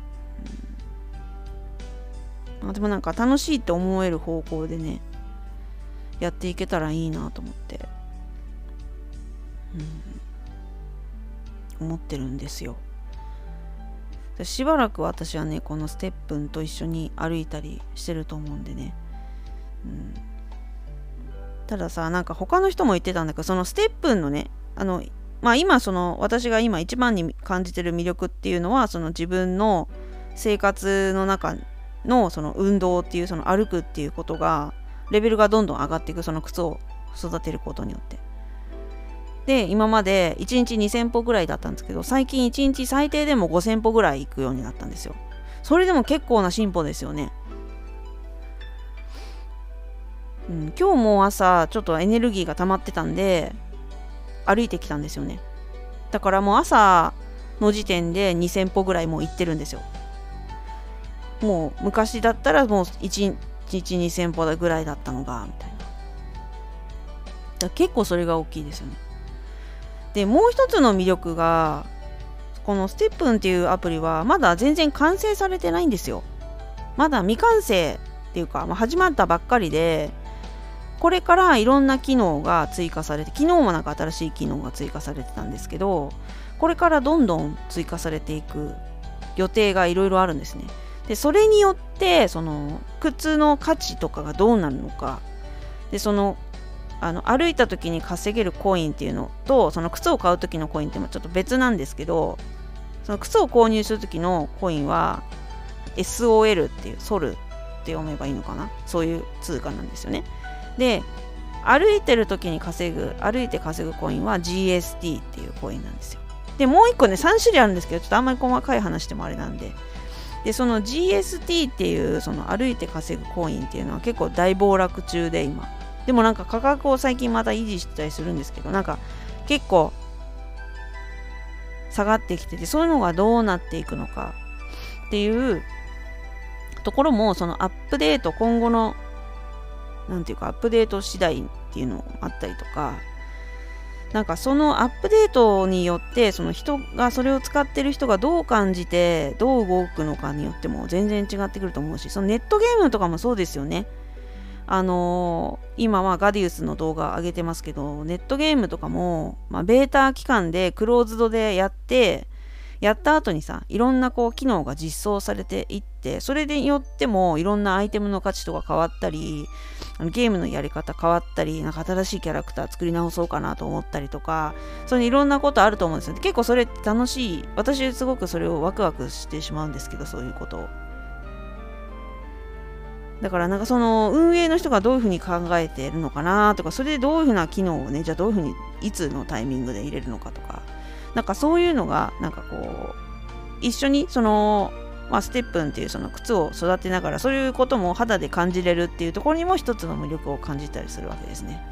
うん、でもなんか楽しいって思える方向でねやっていけたらいいなと思って、うん、思ってるんですよ。しばらく私はねこのステップンと一緒に歩いたりしてると思うんでね、うん、たださ、なんか他の人も言ってたんだけど、そのステップンのね、あのまあ今その私が今一番に感じてる魅力っていうのは、その自分の生活の中のその運動っていう、その歩くっていうことがレベルがどんどん上がっていく、その靴を育てることによって。で今までいちにちにせんぽぐらいだったんですけど、最近いちにち最低でもごせんぽぐらい行くようになったんですよ。それでも結構な進歩ですよね。うん、今日も朝ちょっとエネルギーが溜まってたんで歩いてきたんですよね。だからもう朝の時点でにせんぽぐらいもう行ってるんですよ。もう昔だったらもういちにちにせんぽぐらいだったのがみたいな。だから結構それが大きいですよね。でもう一つの魅力が、このステップンっていうアプリはまだ全然完成されてないんですよ。まだ未完成っていうか、まあ、始まったばっかりで、これからいろんな機能が追加されて、昨日もなんか新しい機能が追加されてたんですけど、これからどんどん追加されていく予定がいろいろあるんですね。でそれによってその靴の価値とかがどうなるのか、でそのあの歩いた時に稼げるコインっていうのと、その靴を買う時のコインっていうのはちょっと別なんですけど、その靴を購入する時のコインは エスオーエル っていう、ソルって読めばいいのかな、そういう通貨なんですよね。で、歩いてる時に稼ぐ歩いて稼ぐコインは ジーエスティー っていうコインなんですよ。でもう一個ね、さん種類あるんですけど、ちょっとあんまり細かい話してもあれなんで、でその ジーエスティー っていうその歩いて稼ぐコインっていうのは結構大暴落中で今、でもなんか価格を最近また維持してたりするんですけど、なんか結構下がってきてて、そういうのがどうなっていくのかっていうところも、そのアップデート、今後のなんていうかアップデート次第っていうのもあったりとか、なんかそのアップデートによってその人が、それを使ってる人がどう感じてどう動くのかによっても全然違ってくると思うし、そのネットゲームとかもそうですよね。あのー、今はガディウスの動画上げてますけど、ネットゲームとかも、まあ、ベータ期間でクローズドでやってやった後にさ、いろんなこう機能が実装されていって、それによってもいろんなアイテムの価値とか変わったり、あのゲームのやり方変わったり、なんか新しいキャラクター作り直そうかなと思ったりとか、そういういろんなことあると思うんですよ。結構それって楽しい。私すごくそれをワクワクしてしまうんですけど、そういうことを。だからなんかその運営の人がどういうふうに考えているのかなとか、それでどういうふうな機能をね、じゃあどういうふうにいつのタイミングで入れるのかとか、なんかそういうのがなんかこう一緒にその、まあ、ステップンっていうその靴を育てながら、そういうことも肌で感じれるっていうところにも一つの魅力を感じたりするわけですね。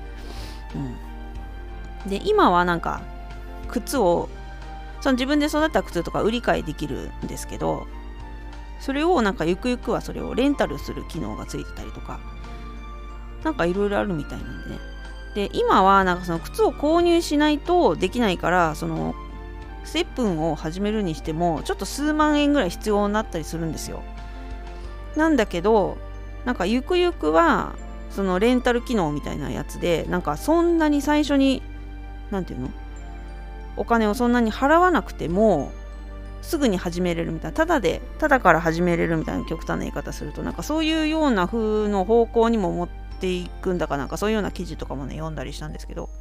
うん、で今はなんか靴をその自分で育った靴とか売り買いできるんですけど、それをなんかゆくゆくはそれをレンタルする機能がついてたりとか、なんかいろいろあるみたいなんでね。で今はなんかその靴を購入しないとできないから、そのステップンを始めるにしてもちょっと数万円ぐらい必要になったりするんですよ。なんだけどなんかゆくゆくはそのレンタル機能みたいなやつで、なんかそんなに最初になんていうの、お金をそんなに払わなくてもすぐに始めれるみたいな、ただでただから始めれるみたいな極端な言い方すると、なんかそういうような風の方向にも持っていくんだか、なんかそういうような記事とかもね読んだりしたんですけど、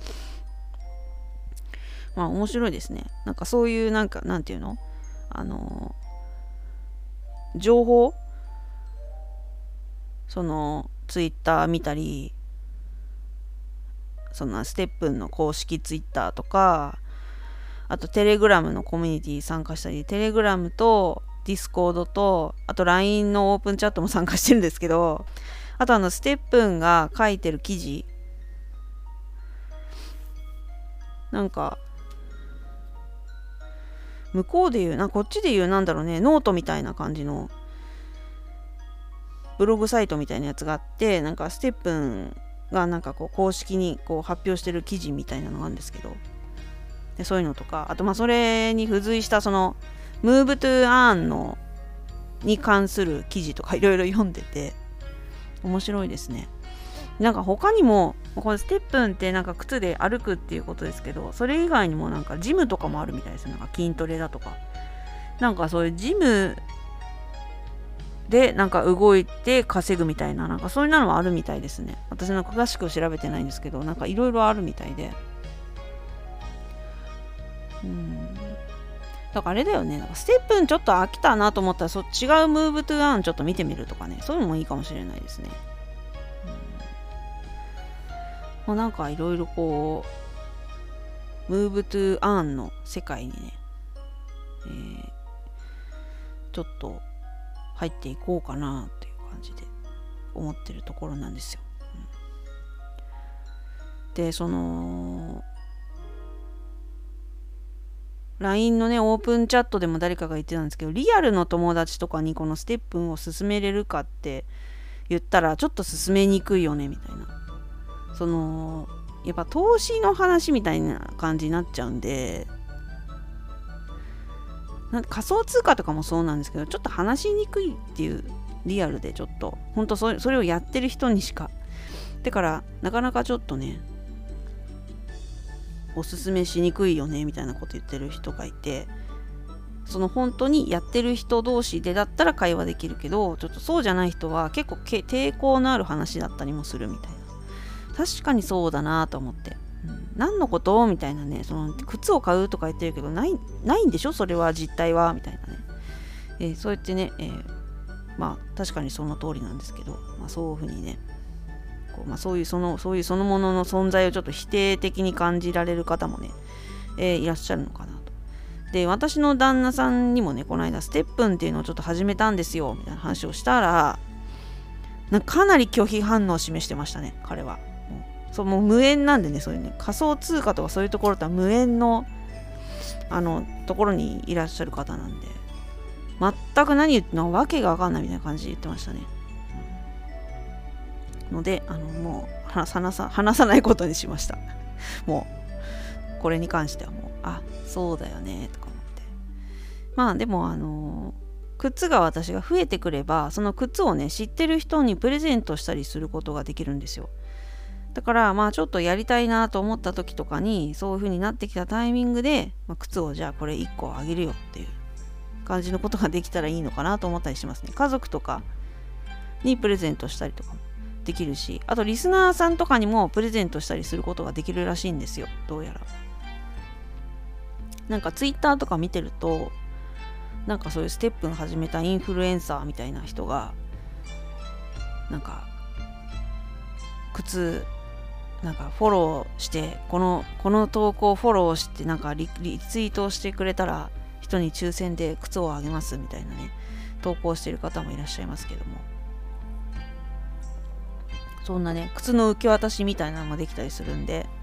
まあ面白いですね。なんかそういうなんかなんていうの、あのー、情報、そのツイッター見たり、そのステップンの公式ツイッターとか、あとテレグラムのコミュニティ参加したり、テレグラムとディスコードと、あと ライン のオープンチャットも参加してるんですけど、あとあのステップンが書いてる記事、なんか向こうで言う、なんかこっちで言うなんだろうね、ノートみたいな感じのブログサイトみたいなやつがあって、なんかステップンがなんかこう公式にこう発表してる記事みたいなのがあるんですけど、でそういうのとか、あとまあそれに付随したそのムーブトゥアーンのに関する記事とかいろいろ読んでて面白いですね。なんか他にもこのステップンってなんか靴で歩くっていうことですけど、それ以外にもなんかジムとかもあるみたいですよ。なんか筋トレだとか、なんかそういうジムでなんか動いて稼ぐみたいな、なんかそういうのもあるみたいですね。私なんか詳しく調べてないんですけど、なんかいろいろあるみたいで、うん、だからあれだよね、なんかステップンちょっと飽きたなと思ったら、そ違うムーブトゥアーンちょっと見てみるとかね、そういうのもいいかもしれないですね。うん、まあ、なんかいろいろこうムーブトゥアーンの世界にね、えー、ちょっと入っていこうかなっていう感じで思ってるところなんですよ。うん、でそのライン のねオープンチャットでも誰かが言ってたんですけど、リアルの友達とかにこのステップンを勧めれるかって言ったらちょっと勧めにくいよねみたいな、そのやっぱ投資の話みたいな感じになっちゃうんで、なん仮想通貨とかもそうなんですけど、ちょっと話しにくいっていう、リアルでちょっと本当それ、それをやってる人にしか、だからなかなかちょっとねおすすめしにくいよねみたいなこと言ってる人がいて、その本当にやってる人同士でだったら会話できるけど、ちょっとそうじゃない人は結構抵抗のある話だったりもするみたいな、 確かにそうだなと思って、うん、何のことみたいなね、その靴を買うとか言ってるけどないないんでしょそれは実態はみたいなね、えー、そうやってね、えー、まあ確かにその通りなんですけど、まあ、そういうふうにねこう、まあ、そういうそのそういうそのものの存在をちょっと否定的に感じられる方もね、えー、いらっしゃるのかなと。で、私の旦那さんにもねこの間ステップンっていうのをちょっと始めたんですよみたいな話をしたら、なんかかなり拒否反応を示してましたね、彼は。もうそうもう無縁なんでね、そういうね仮想通貨とかそういうところとは無縁のあのところにいらっしゃる方なんで、全く何言ってんのわけが分かんないみたいな感じで言ってましたね。のであのもう話さ話さないことにしました。もうこれに関してはもうあそうだよねとか思って、まあでもあの靴が私が増えてくれば、その靴をね知ってる人にプレゼントしたりすることができるんですよ。だからまあちょっとやりたいなと思った時とかにそういう風になってきたタイミングで、まあ、靴をじゃあこれいっこあげるよっていう感じのことができたらいいのかなと思ったりしますね。家族とかにプレゼントしたりとかもできるし、あとリスナーさんとかにもプレゼントしたりすることができるらしいんですよ、どうやら。なんかツイッターとか見てると、なんかそういうステップン始めたインフルエンサーみたいな人がなんか靴なんかフォローしてこのこの投稿をフォローしてなんかリ、リツイートしてくれたら人に抽選で靴をあげますみたいなね投稿してる方もいらっしゃいますけども、そんなね靴の受け渡しみたいなのもできたりするんで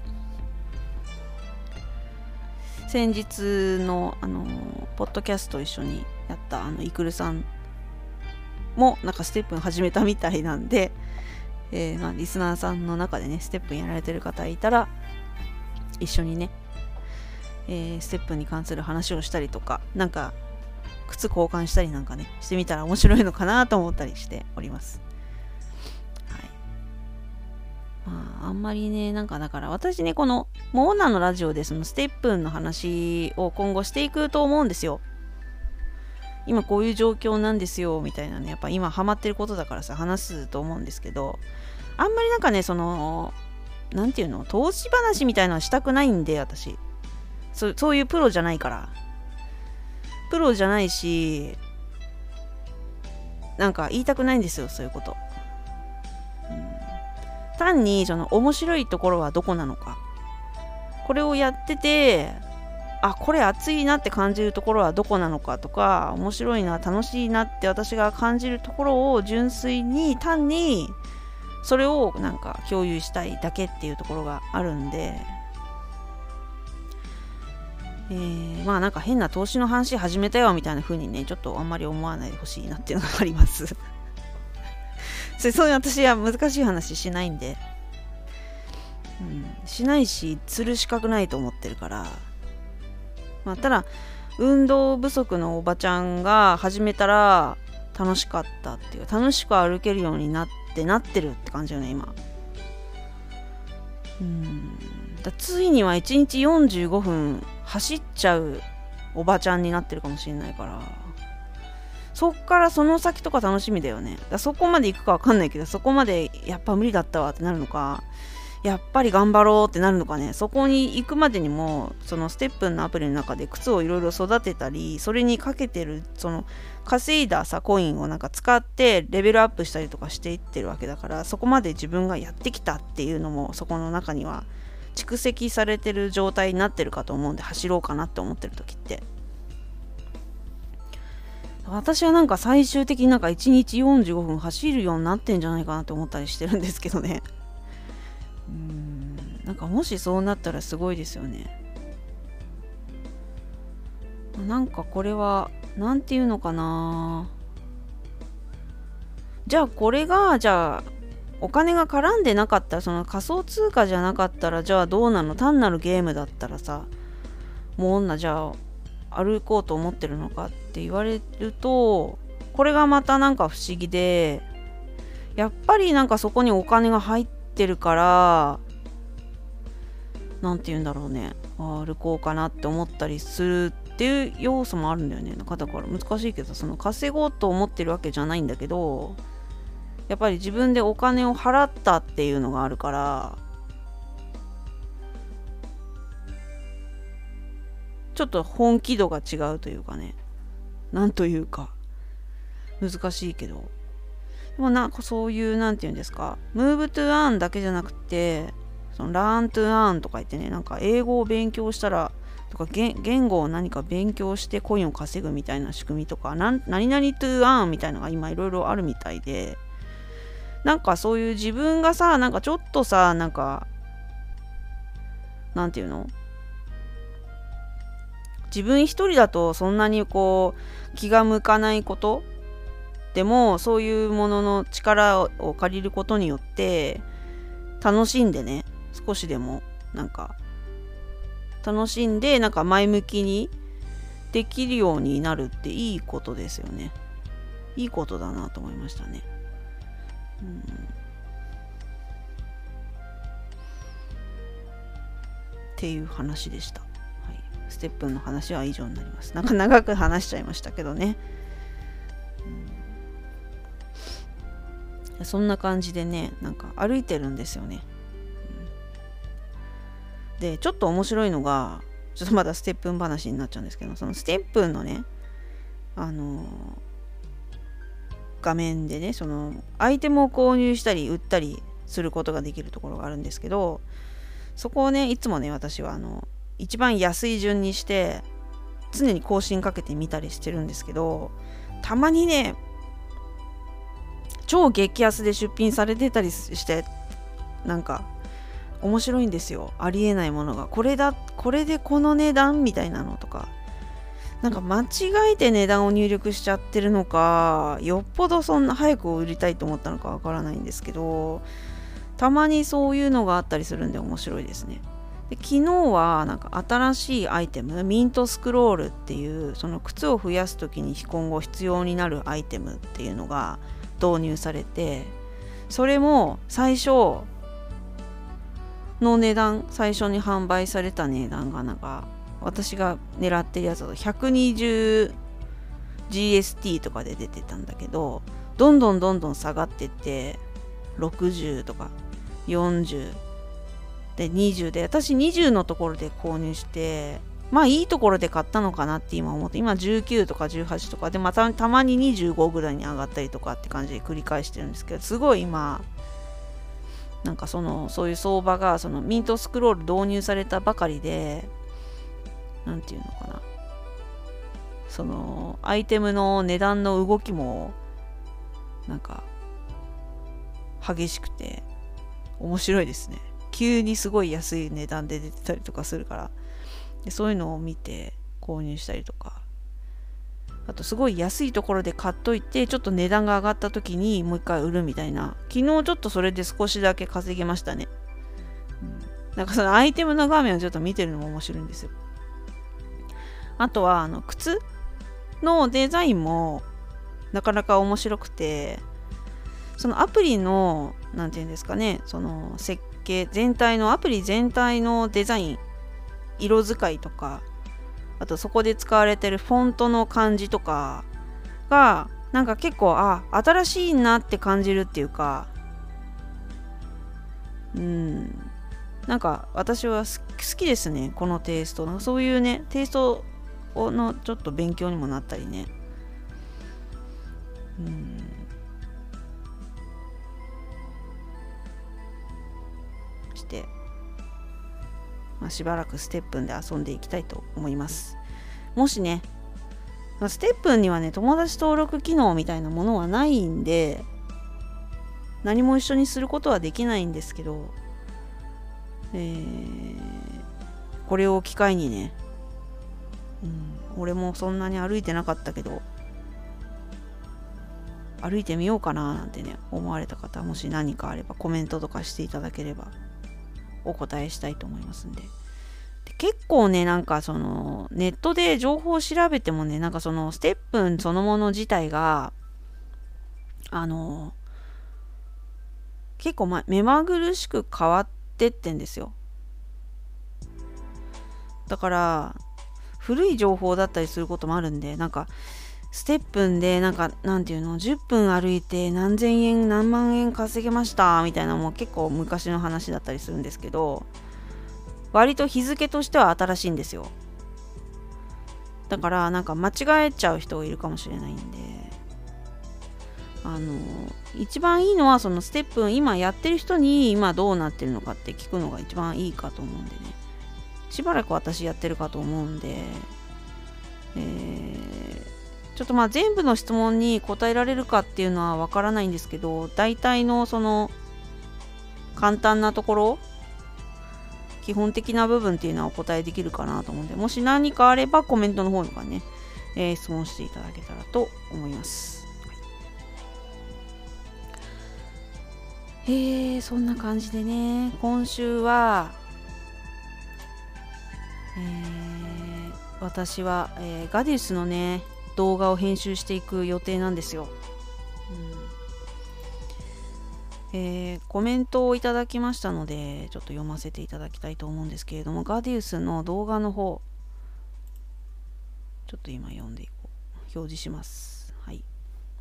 先日のあのポッドキャスト一緒にやったあのイクルさんもなんかステップン始めたみたいなんで、えーまあ、リスナーさんの中でねステップンやられてる方いたら一緒にね、えー、ステップンに関する話をしたりとか、なんか靴交換したりなんかねしてみたら面白いのかなと思ったりしております。はい。まああんまりねなんかだから私ねこのモーナのラジオでそのステップンの話を今後していくと思うんですよ。今こういう状況なんですよみたいなね、やっぱ今ハマってることだからさ話すと思うんですけど、あんまりなんかねそのなんていうの投資話みたいなのはしたくないんで、私そそういうプロじゃないからプロじゃないしなんか言いたくないんですよそういうこと、うん、単にその面白いところはどこなのか、これをやっててあこれ熱いなって感じるところはどこなのかとか、面白いな楽しいなって私が感じるところを純粋に単にそれをなんか共有したいだけっていうところがあるんで、えー、まあなんか変な投資の話始めたよみたいな風にねちょっとあんまり思わないでほしいなっていうのがありますそれそういう私は難しい話しないんで、うん、しないし釣る資格ないと思ってるから、まあ、ただ運動不足のおばちゃんが始めたら楽しかったっていう、楽しく歩けるようになってなってるって感じよね今。うんだついにはいちにちよんじゅうごふん走っちゃうおばちゃんになってるかもしれないから、そっからその先とか楽しみだよね。だそこまで行くかわかんないけど、そこまでやっぱ無理だったわってなるのか、やっぱり頑張ろうってなるのかね。そこに行くまでにもそのステップンのアプリの中で靴をいろいろ育てたり、それにかけてるその稼いださコインをなんか使ってレベルアップしたりとかしていってるわけだから、そこまで自分がやってきたっていうのもそこの中には蓄積されてる状態になってるかと思うんで、走ろうかなって思ってる時って私はなんか最終的になんかいちにちよんじゅうごふん走るようになってんじゃないかなって思ったりしてるんですけどね。うーんなんかもしそうなったらすごいですよね。なんかこれはなんていうのかな、じゃあこれがじゃあお金が絡んでなかったら、その仮想通貨じゃなかったらじゃあどうなの、単なるゲームだったらさもう女じゃあ歩こうと思ってるのかって言われると、これがまたなんか不思議で、やっぱりなんかそこにお金が入ってるからなんて言うんだろうね、歩こうかなって思ったりするっていう要素もあるんだよね。なんかだから難しいけど、その稼ごうと思ってるわけじゃないんだけど、 やっぱり自分でお金を払ったっていうのがあるから、ちょっと本気度が違うというかね、なんというか難しいけど、でもなんかそういうなんていうんですか、ムーブトゥアーンだけじゃなくて、そのラーントゥアーンとか言ってね、なんか英語を勉強したらとか言言語を何か勉強してコインを稼ぐみたいな仕組みとか、なん何々トゥアーンみたいなのが今いろいろあるみたいで、なんかそういう自分がさ、なんかちょっとさ、なんかなんていうの、自分一人だとそんなにこう気が向かないことでも、そういうものの力を借りることによって楽しんでね、少しでもなんか楽しんで、なんか前向きにできるようになるっていいことですよね。いいことだなと思いましたね。うん、っていう話でした。はい、ステップンの話は以上になります。なんか長く話しちゃいましたけどね。うん、そんな感じでね、なんか歩いてるんですよね。うん、で、ちょっと面白いのが、ちょっとまだステップン話になっちゃうんですけど、そのステップンのね、あのー、画面でね、そのアイテムを購入したり売ったりすることができるところがあるんですけど、そこをね、いつもね、私はあの一番安い順にして常に更新かけてみたりしてるんですけど、たまにね、超激安で出品されてたりして、なんか面白いんですよ。ありえないものが、これだ、これでこの値段みたいなのとか、なんか間違えて値段を入力しちゃってるのか、よっぽどそんな早く売りたいと思ったのかわからないんですけど、たまにそういうのがあったりするんで面白いですね。で、昨日はなんか新しいアイテム、ミントスクロールっていう、その靴を増やすときに今後必要になるアイテムっていうのが導入されて、それも最初の値段、最初に販売された値段がなんか、私が狙ってるやつだと ひゃくにじゅうジーエスティー とかで出てたんだけど、どんどんどんどん下がってってろくじゅうとかよんじゅうでにじゅうで、私にじゅうのところで購入して、まあいいところで買ったのかなって今思って、今じゅうきゅうとかじゅうはちとかで、またたまににじゅうごぐらいに上がったりとかって感じで繰り返してるんですけど、すごい今なんかそのそういう相場が、そのミントスクロール導入されたばかりで、なんていうのかな、そのアイテムの値段の動きもなんか激しくて面白いですね。急にすごい安い値段で出てたりとかするから、でそういうのを見て購入したりとか、あとすごい安いところで買っといて、ちょっと値段が上がった時にもう一回売るみたいな、昨日ちょっとそれで少しだけ稼げましたね。うん、なんかそのアイテムの画面をちょっと見てるのも面白いんですよ。あとはあの靴のデザインもなかなか面白くて、そのアプリのなんていうんですかね、その設計全体の、アプリ全体のデザイン、色使いとか、あとそこで使われてるフォントの感じとかがなんか結構あ新しいなって感じるっていうか、うん、なんか私は好きですね、このテイスト。なんかそういうねテイストのちょっと勉強にもなったりね。うん。して、まあ、しばらくステップンで遊んでいきたいと思います。もしね、まあ、ステップンにはね友達登録機能みたいなものはないんで、何も一緒にすることはできないんですけど、えー、これを機会にね、うん、俺もそんなに歩いてなかったけど歩いてみようかななんてね思われた方、もし何かあればコメントとかしていただければお答えしたいと思いますんで。で、結構ね、なんかそのネットで情報を調べてもね、なんかそのステップンそのもの自体があの結構、ま、目まぐるしく変わってってんですよ。だから古い情報だったりすることもあるんで、なんかステップンでなんかなんていうのじゅっぷん歩いて何千円何万円稼げましたみたいな、もう結構昔の話だったりするんですけど、割と日付としては新しいんですよ。だからなんか間違えちゃう人がいるかもしれないんで、あの一番いいのはそのステップン今やってる人に今どうなってるのかって聞くのが一番いいかと思うんでね。しばらく私やってるかと思うんで、えーちょっとまあ全部の質問に答えられるかっていうのはわからないんですけど、大体のその簡単なところ、基本的な部分っていうのはお答えできるかなと思うんで、もし何かあればコメントの方とかね、えー、質問していただけたらと思います。えー、そんな感じでね、今週は、えー、私は、えー、ガディウスのね動画を編集していく予定なんですよ。うんえー、コメントをいただきましたのでちょっと読ませていただきたいと思うんですけれども、ガディウスの動画の方ちょっと今読んでいこう。表示します。はい。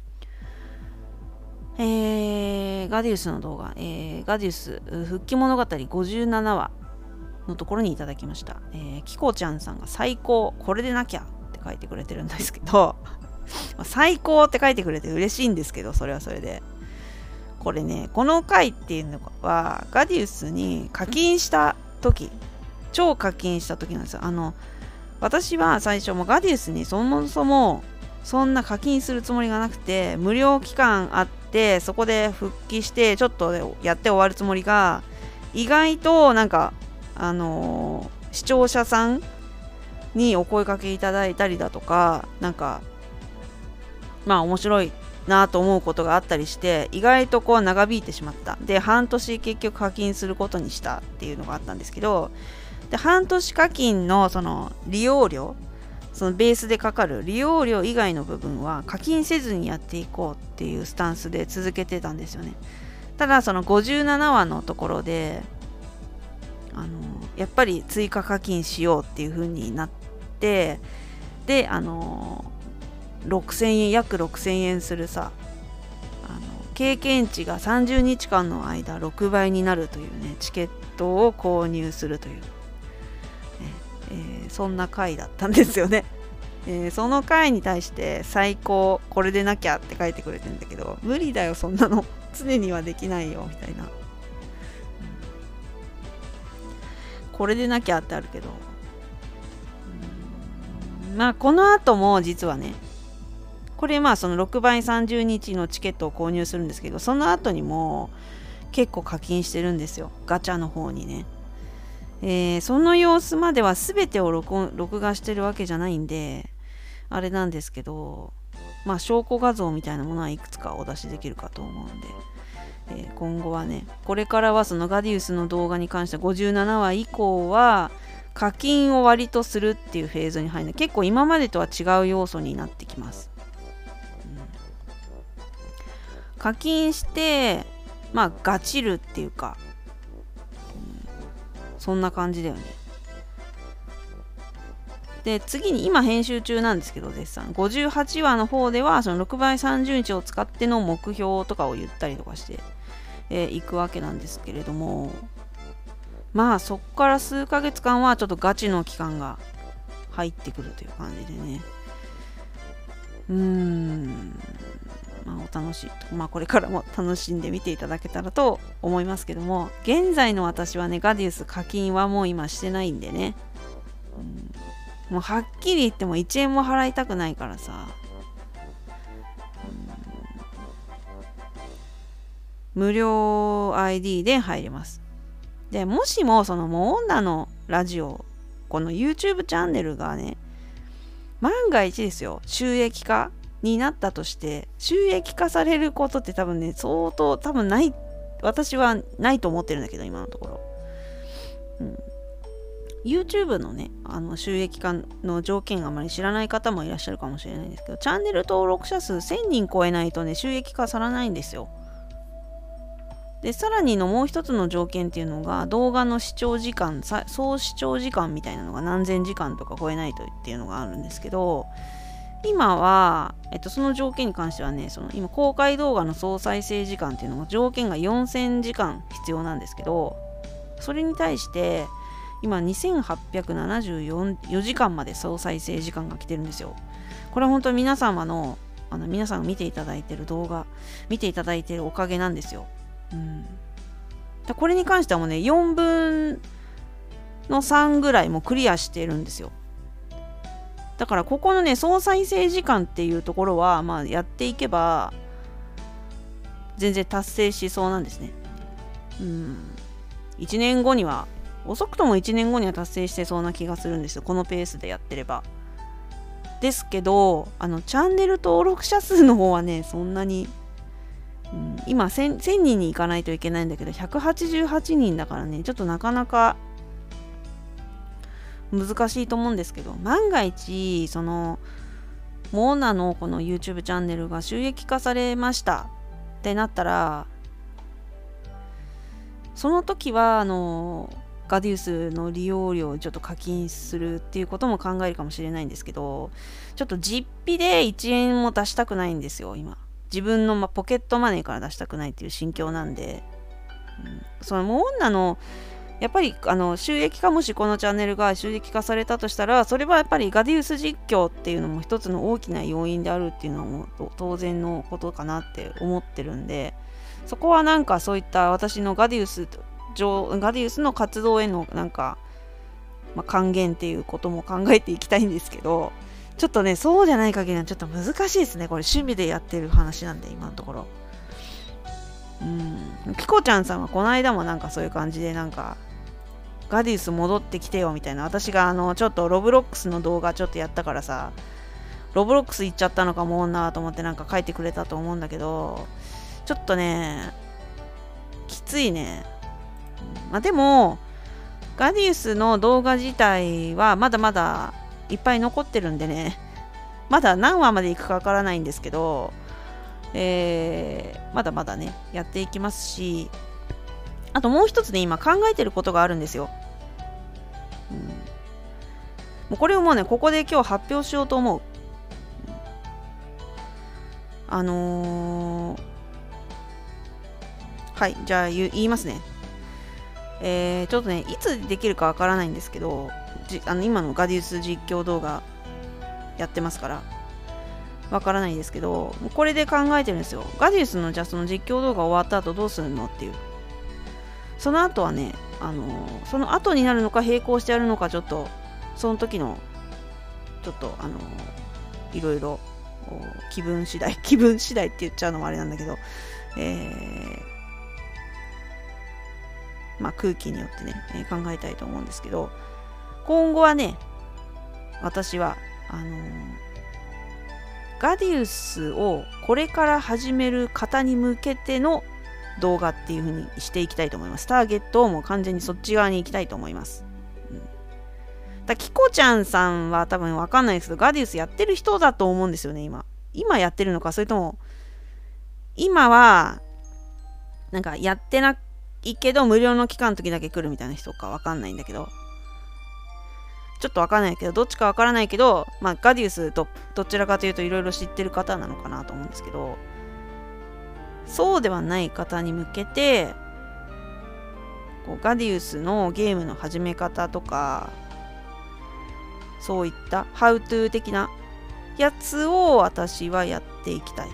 えー、ガディウスの動画、えー、ガディウス復帰物語ごじゅうななわのところにいただきました。えー、キコちゃんさんが最高これでなきゃ書いてくれてるんですけど最高って書いてくれて嬉しいんですけど、それはそれでこれね、この回っていうのはガディウスに課金した時、超課金した時なんですよ。あの私は最初もガディウスにそもそもそんな課金するつもりがなくて、無料期間あってそこで復帰してちょっとやって終わるつもりが、意外となんかあのー、視聴者さんにお声掛けいただいたりだとか、なんかまあ面白いなと思うことがあったりして、意外とこう長引いてしまった。で半年結局課金することにしたっていうのがあったんですけど、で半年課金のその利用料、そのベースでかかる利用料以外の部分は課金せずにやっていこうっていうスタンスで続けてたんですよね。ただそのごじゅうななわのところであのやっぱり追加課金しようっていう風になって、であのろくせんえん約ろくせんえんするさ、あの経験値がさんじゅうにちかんの間ろくばいになるというねチケットを購入するという、ねえー、そんな回だったんですよね。えー、その回に対して最高これでなきゃって書いてくれてるんだけど、無理だよそんなの常にはできないよみたいな、うん、これでなきゃってあるけど、うん、まあこの後も実はね、これまあそのろくばいさんじゅうにちのチケットを購入するんですけど、その後にも結構課金してるんですよ、ガチャの方にね。えー、その様子までは全てを録音録画してるわけじゃないんであれなんですけど、まあ証拠画像みたいなものはいくつかお出しできるかと思うんで、えー、今後はね、これからはそのガディウスの動画に関してごじゅうななわ以降は課金を割とするっていうフェーズに入るので、結構今までとは違う要素になってきます。課金してまあガチるっていうか、うん、そんな感じだよね。で次に今編集中なんですけど、絶賛ごじゅうはちわの方ではそのろくばいさんじゅうにちを使っての目標とかを言ったりとかしてい、えー、くわけなんですけれども、まあそこから数ヶ月間はちょっとガチの期間が入ってくるという感じでね、うーんまあ、お楽しい、まあ、これからも楽しんで見ていただけたらと思いますけども、現在の私はねガディウス課金はもう今してないんでね、うん、もうはっきり言ってもいちえんも払いたくないからさ、うん、無料 アイディー で入れます。でもしもそのモーナのラジオ、この YouTube チャンネルがね万が一ですよ収益化になったとして、収益化されることって多分ね相当多分ない、私はないと思ってるんだけど今のところ、うん、YouTube のねあの収益化の条件あまり知らない方もいらっしゃるかもしれないんですけど、チャンネル登録者数せんにん超えないとね収益化されないんですよ。でさらにのもう一つの条件っていうのが動画の視聴時間、総視聴時間みたいなのが何千時間とか超えないとっていうのがあるんですけど、 今は、えっと、その条件に関してはね、その今公開動画の総再生時間っていうのが条件がよんせんじかん必要なんですけど、それに対して今にせんはっぴゃくななじゅうよじかんまで総再生時間が来てるんですよ。これは本当に皆様の、あの皆さんが見ていただいてる動画、見ていただいてるおかげなんですよ。うん、だこれに関してはもうね、よんぶんのさんぐらいもクリアしてるんですよ。だからここのね、総再生時間っていうところは、まあやっていけば全然達成しそうなんですね。うん。いちねんごには、遅くともいちねんごには達成してそうな気がするんですよ。このペースでやってれば。ですけど、あのチャンネル登録者数の方はね、そんなに、うん、今 1000, せんにんに行かないといけないんだけど、ひゃくはちじゅうはちにんだからね、ちょっとなかなか難しいと思うんですけど、万が一そのモーナのこの YouTube チャンネルが収益化されましたってなったら、その時はあのガディウスの利用料をちょっと課金するっていうことも考えるかもしれないんですけど、ちょっと実費でいちえんも出したくないんですよ。今自分の、ま、ポケットマネーから出したくないっていう心境なんで、うん、そのモーナのやっぱりあの収益化、もしこのチャンネルが収益化されたとしたら、それはやっぱりガディウス実況っていうのも一つの大きな要因であるっていうのはもう当然のことかなって思ってるんで、そこはなんかそういった私のガディウスガディウスの活動へのなんか、まあ、還元っていうことも考えていきたいんですけど、ちょっとね、そうじゃない限りはちょっと難しいですね。これ趣味でやってる話なんで、今のところ。うん。ピコちゃんさんはこの間もなんかそういう感じでなんかガディウス戻ってきてよみたいな、私があのちょっとロブロックスの動画ちょっとやったからさ、ロブロックス行っちゃったのかもなと思ってなんか書いてくれたと思うんだけど、ちょっとねきついね。まあでもガディウスの動画自体はまだまだいっぱい残ってるんでね、まだ何話までいくかわからないんですけど、えー、まだまだねやっていきますし、あともう一つね、今考えてることがあるんですよ。うん、もうこれをもうね、ここで今日発表しようと思う。うん、あのー、はい、じゃあ言いますね。えー、ちょっとね、いつできるかわからないんですけど、じあの今のガディウス実況動画やってますから、わからないですけど、これで考えてるんですよ。ガディウスのじゃあその実況動画終わった後どうするのっていう。その後はね、あのー、その後になるのか並行してやるのか、ちょっとその時のちょっとあのー、いろいろ気分次第気分次第って言っちゃうのもあれなんだけど、えー、まあ空気によってね、えー、考えたいと思うんですけど、今後はね、私はあのー、ガディウスをこれから始める方に向けての動画っていう風にしていきたいと思います。ターゲットをもう完全にそっち側に行きたいと思います。うん、だキコちゃんさんは多分わかんないですけど、ガディウスやってる人だと思うんですよね、今。今やってるのか、それとも、今は、なんかやってないけど、無料の期間の時だけ来るみたいな人かわかんないんだけど、ちょっとわかんないけど、どっちかわからないけど、まあ、ガディウスとどちらかというといろいろ知ってる方なのかなと思うんですけど、そうではない方に向けて、こうガディウスのゲームの始め方とか、そういったハウトゥー的なやつを私はやっていきたい、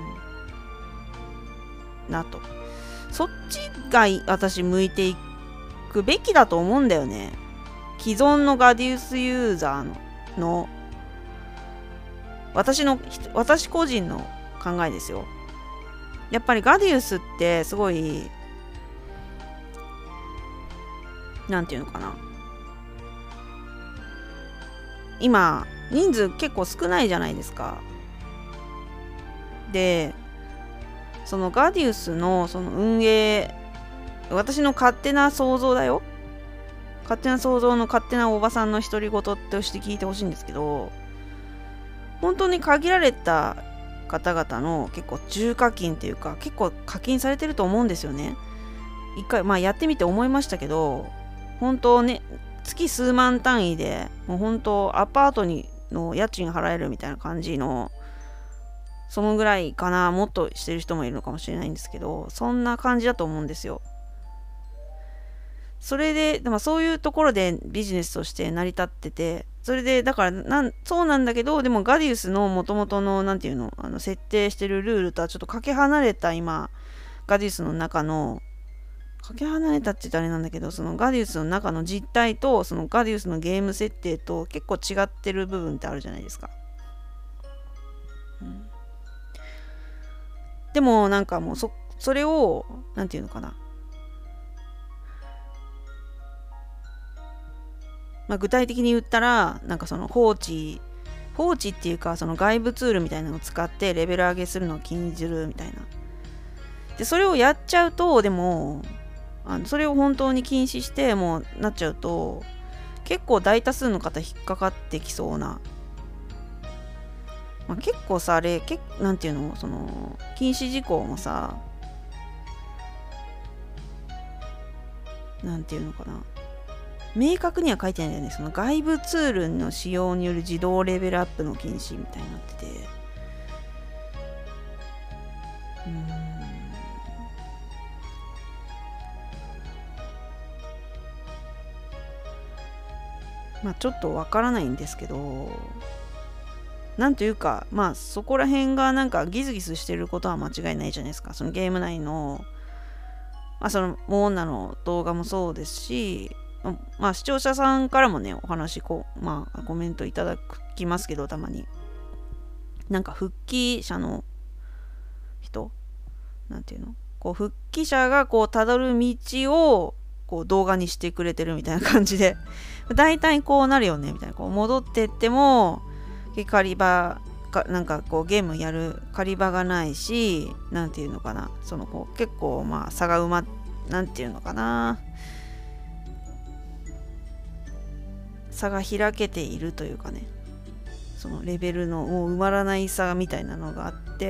うん、なと。そっちが私向いていくべきだと思うんだよね。既存のガディウスユーザーの、の私の私個人の考えですよ。やっぱりガディウスってすごい、なんていうのかな、今人数結構少ないじゃないですか。でそのガディウスのその運営、私の勝手な想像だよ、勝手な想像の勝手なおばさんの独り言として聞いてほしいんですけど、本当に限られた方々の結構重課金っていうか、結構課金されてると思うんですよね。一回まあやってみて思いましたけど、本当ね、月数万単位でもう本当アパートにの家賃払えるみたいな感じの、そのぐらいかな、もっとしてる人もいるのかもしれないんですけど、そんな感じだと思うんですよ。それで、でもそういうところでビジネスとして成り立ってて、それで、だからなん、そうなんだけど、でもガディウスの元々の、なんていうの、あの設定してるルールとはちょっとかけ離れた今、ガディウスの中の、かけ離れたって言ったらあれなんだけど、そのガディウスの中の実態と、そのガディウスのゲーム設定と結構違ってる部分ってあるじゃないですか。うん、でもなんかもうそ、それを、なんていうのかな。まあ、具体的に言ったら、なんかその放置、放置っていうか、その外部ツールみたいなのを使ってレベル上げするのを禁じるみたいな。で、それをやっちゃうと、でも、あのそれを本当に禁止してもうなっちゃうと、結構大多数の方引っかかってきそうな。まあ、結構さ、あれ、けなんていうの、その、禁止事項もさ、なんていうのかな。明確には書いてないんだよね。その外部ツールの使用による自動レベルアップの禁止みたいになってて。うーん。まあちょっとわからないんですけど、なんというか、まあそこら辺がなんかギスギスしてることは間違いないじゃないですか。そのゲーム内の、まあそのモーナの動画もそうですし、まあ視聴者さんからもね、お話こう、まあコメントいただきますけど、たまに。なんか復帰者の人なんていうのこう復帰者がこうたどる道をこう動画にしてくれてるみたいな感じで、大体こうなるよねみたいな。こう戻ってっても、狩り場か、なんかこうゲームやる狩り場がないし、なんていうのかな。そのこう結構まあ差が埋まっ、なんていうのかな。差が開けているというかね。そのレベルのもう埋まらない差みたいなのがあって、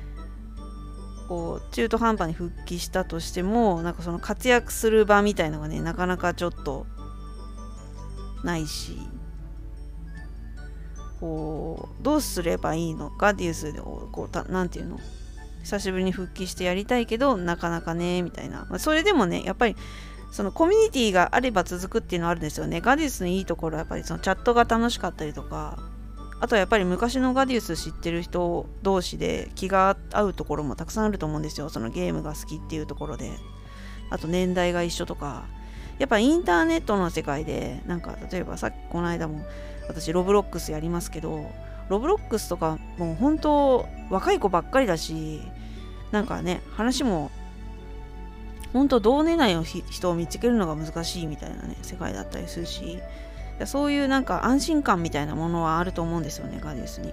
こう中途半端に復帰したとしてもなんかその活躍する場みたいのがねなかなかちょっとないし、こうどうすればいいのガディウスでこうたなんていうの久しぶりに復帰してやりたいけどなかなかねみたいな、まあ、それでもねやっぱりそのコミュニティがあれば続くっていうのはあるんですよね。ガディウスのいいところはやっぱりそのチャットが楽しかったりとか、あとはやっぱり昔のガディウス知ってる人同士で気が合うところもたくさんあると思うんですよ。そのゲームが好きっていうところで。あと年代が一緒とか。やっぱインターネットの世界で、なんか例えばさっきこの間も私ロブロックスやりますけど、ロブロックスとかもう本当若い子ばっかりだし、なんかね、話も本当同年代の人を見つけるのが難しいみたいなね、世界だったりするし、そういうなんか安心感みたいなものはあると思うんですよね、ガディウスに。うん、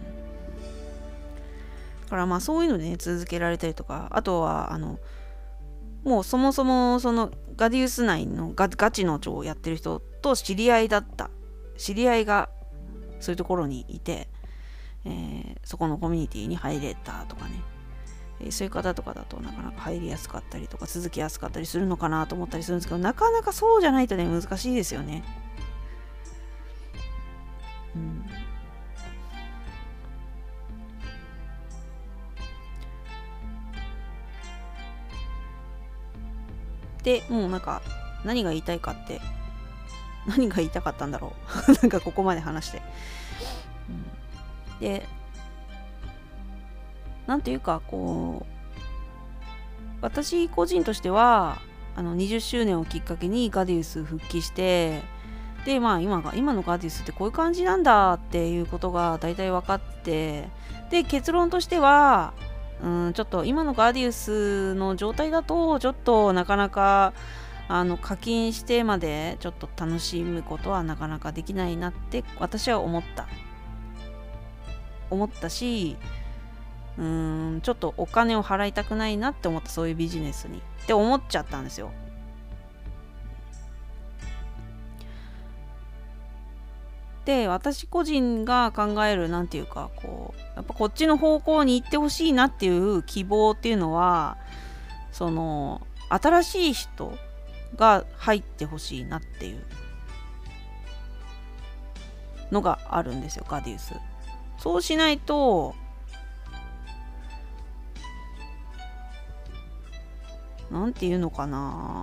だからまあそういうのでね、続けられたりとか、あとは、あの、もうそもそもそのガディウス内の ガ, ガチの蝶をやってる人と知り合いだった。知り合いがそういうところにいて、えー、そこのコミュニティに入れたとかね。えー、そういう方とかだとなかなか入りやすかったりとか続きやすかったりするのかなと思ったりするんですけど、なかなかそうじゃないとね、難しいですよね。うん、でもうなんか何が言いたいかって何が言いたかったんだろうなんかここまで話して、うん、でなんていうかこう私個人としてはあのにじゅっしゅうねんをきっかけにガディウス復帰して、でまあ今が今のガディウスってこういう感じなんだっていうことが大体分かって、で結論としてはうんちょっと今のガディウスの状態だとちょっとなかなかあの課金してまでちょっと楽しむことはなかなかできないなって私は思った思ったし、うーんちょっとお金を払いたくないなって思った、そういうビジネスにって思っちゃったんですよ。で私個人が考えるなんていうかこうやっぱこっちの方向に行ってほしいなっていう希望っていうのは、その新しい人が入ってほしいなっていう、 のがあるんですよ、ガディウス。そうしないとなんていうのかな、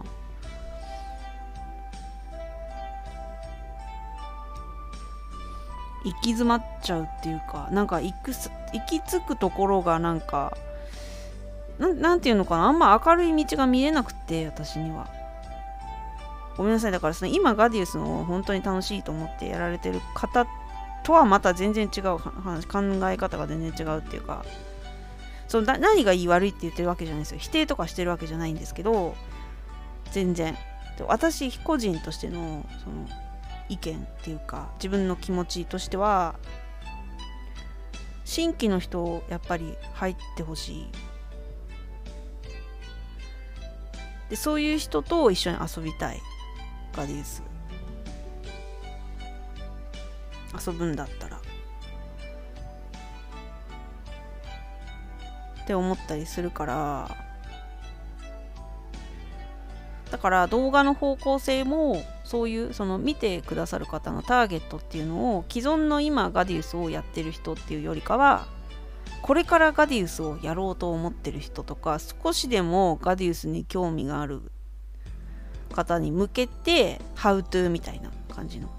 行き詰まっちゃうっていうか、なんか行く行き着くところがなんかな ん, なんていうのかな、あんま明るい道が見えなくて、私には。ごめんなさい。だからその今ガディウスの本当に楽しいと思ってやられてる方とはまた全然違う話、考え方が全然違うっていうか、その何がいい悪いって言ってるわけじゃないですよ。否定とかしてるわけじゃないんですけど、全然私個人としてのその意見っていうか、自分の気持ちとしては、新規の人をやっぱり入ってほしい。でそういう人と一緒に遊びたい。ガディウス遊ぶんだったらって思ったりするから、だから動画の方向性もそういう、その見てくださる方のターゲットっていうのを、既存の今ガディウスをやってる人っていうよりかは、これからガディウスをやろうと思ってる人とか、少しでもガディウスに興味がある方に向けて、ハウトゥーみたいな感じの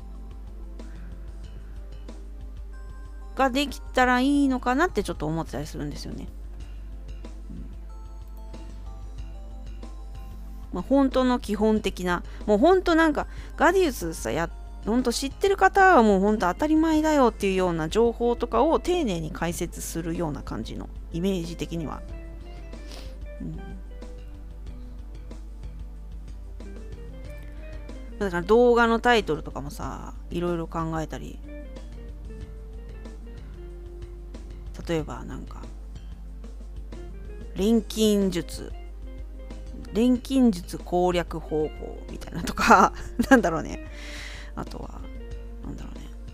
ができたらいいのかなってちょっと思ってたりするんですよね。まあ、本当の基本的な、もう本当なんかガディウスさ、や本当知ってる方はもう本当当たり前だよっていうような情報とかを丁寧に解説するような感じのイメージ的には、うん、だから動画のタイトルとかもさ、いろいろ考えたり、例えばなんか錬金術錬金術攻略方法みたいなとかなんだろうね、あとはなんだろ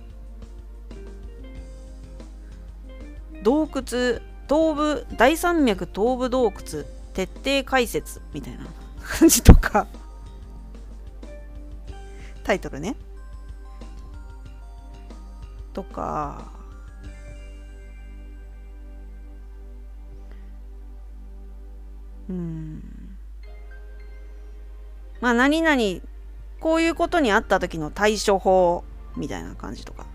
うね、洞窟東部大山脈東部洞窟徹底解説みたいな感じとかタイトルねとか、うんまあ何々こういうことにあった時の対処法みたいな感じとか、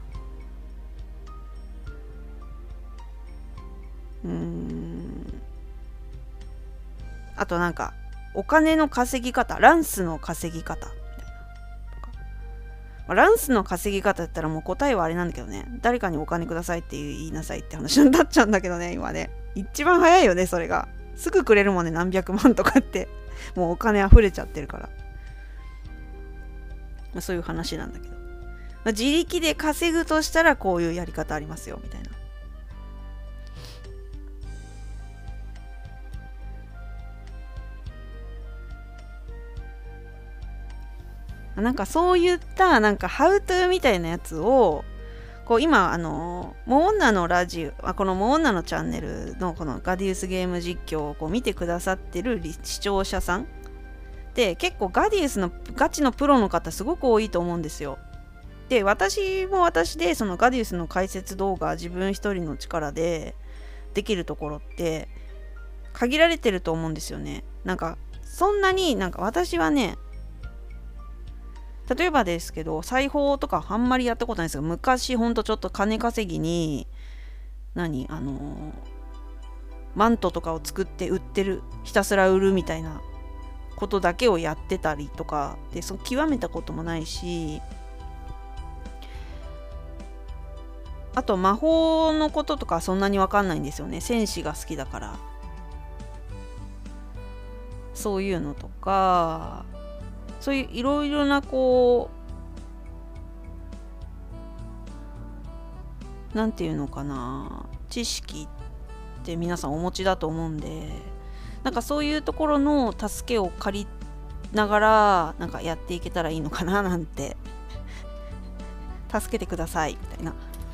うーんあとなんかお金の稼ぎ方、ランスの稼ぎ方みたいなとか、まあ、ランスの稼ぎ方だったらもう答えはあれなんだけどね、誰かにお金くださいって言いなさいって話になっちゃうんだけどね、今ね一番早いよね、それがすぐくれるもんね、何百万とかってもうお金溢れちゃってるから、まあ、そういう話なんだけど、まあ、自力で稼ぐとしたらこういうやり方ありますよみたいな。なんかそういったなんかハウトゥーみたいなやつをこう今あのモオンナのラジオ、このモオンナのチャンネルのこのガディウスゲーム実況をこう見てくださってる視聴者さんで結構ガディウスのガチのプロの方すごく多いと思うんですよ。で私も私でそのガディウスの解説動画自分一人の力でできるところって限られてると思うんですよね。なんかそんなになんか私はね、例えばですけど裁縫とかあんまりやったことないですけど、昔ほんとちょっと金稼ぎに何あのー、マントとかを作って売ってる、ひたすら売るみたいなことだけをやってたりとかで、その極めたこともないし、あと魔法のこととかそんなに分かんないんですよね。戦士が好きだから、そういうのとか、そういういろいろなこうなんていうのかな、知識って皆さんお持ちだと思うんで、なんかそういうところの助けを借りながらなんかやっていけたらいいのかななんて助けてくださいみたいな、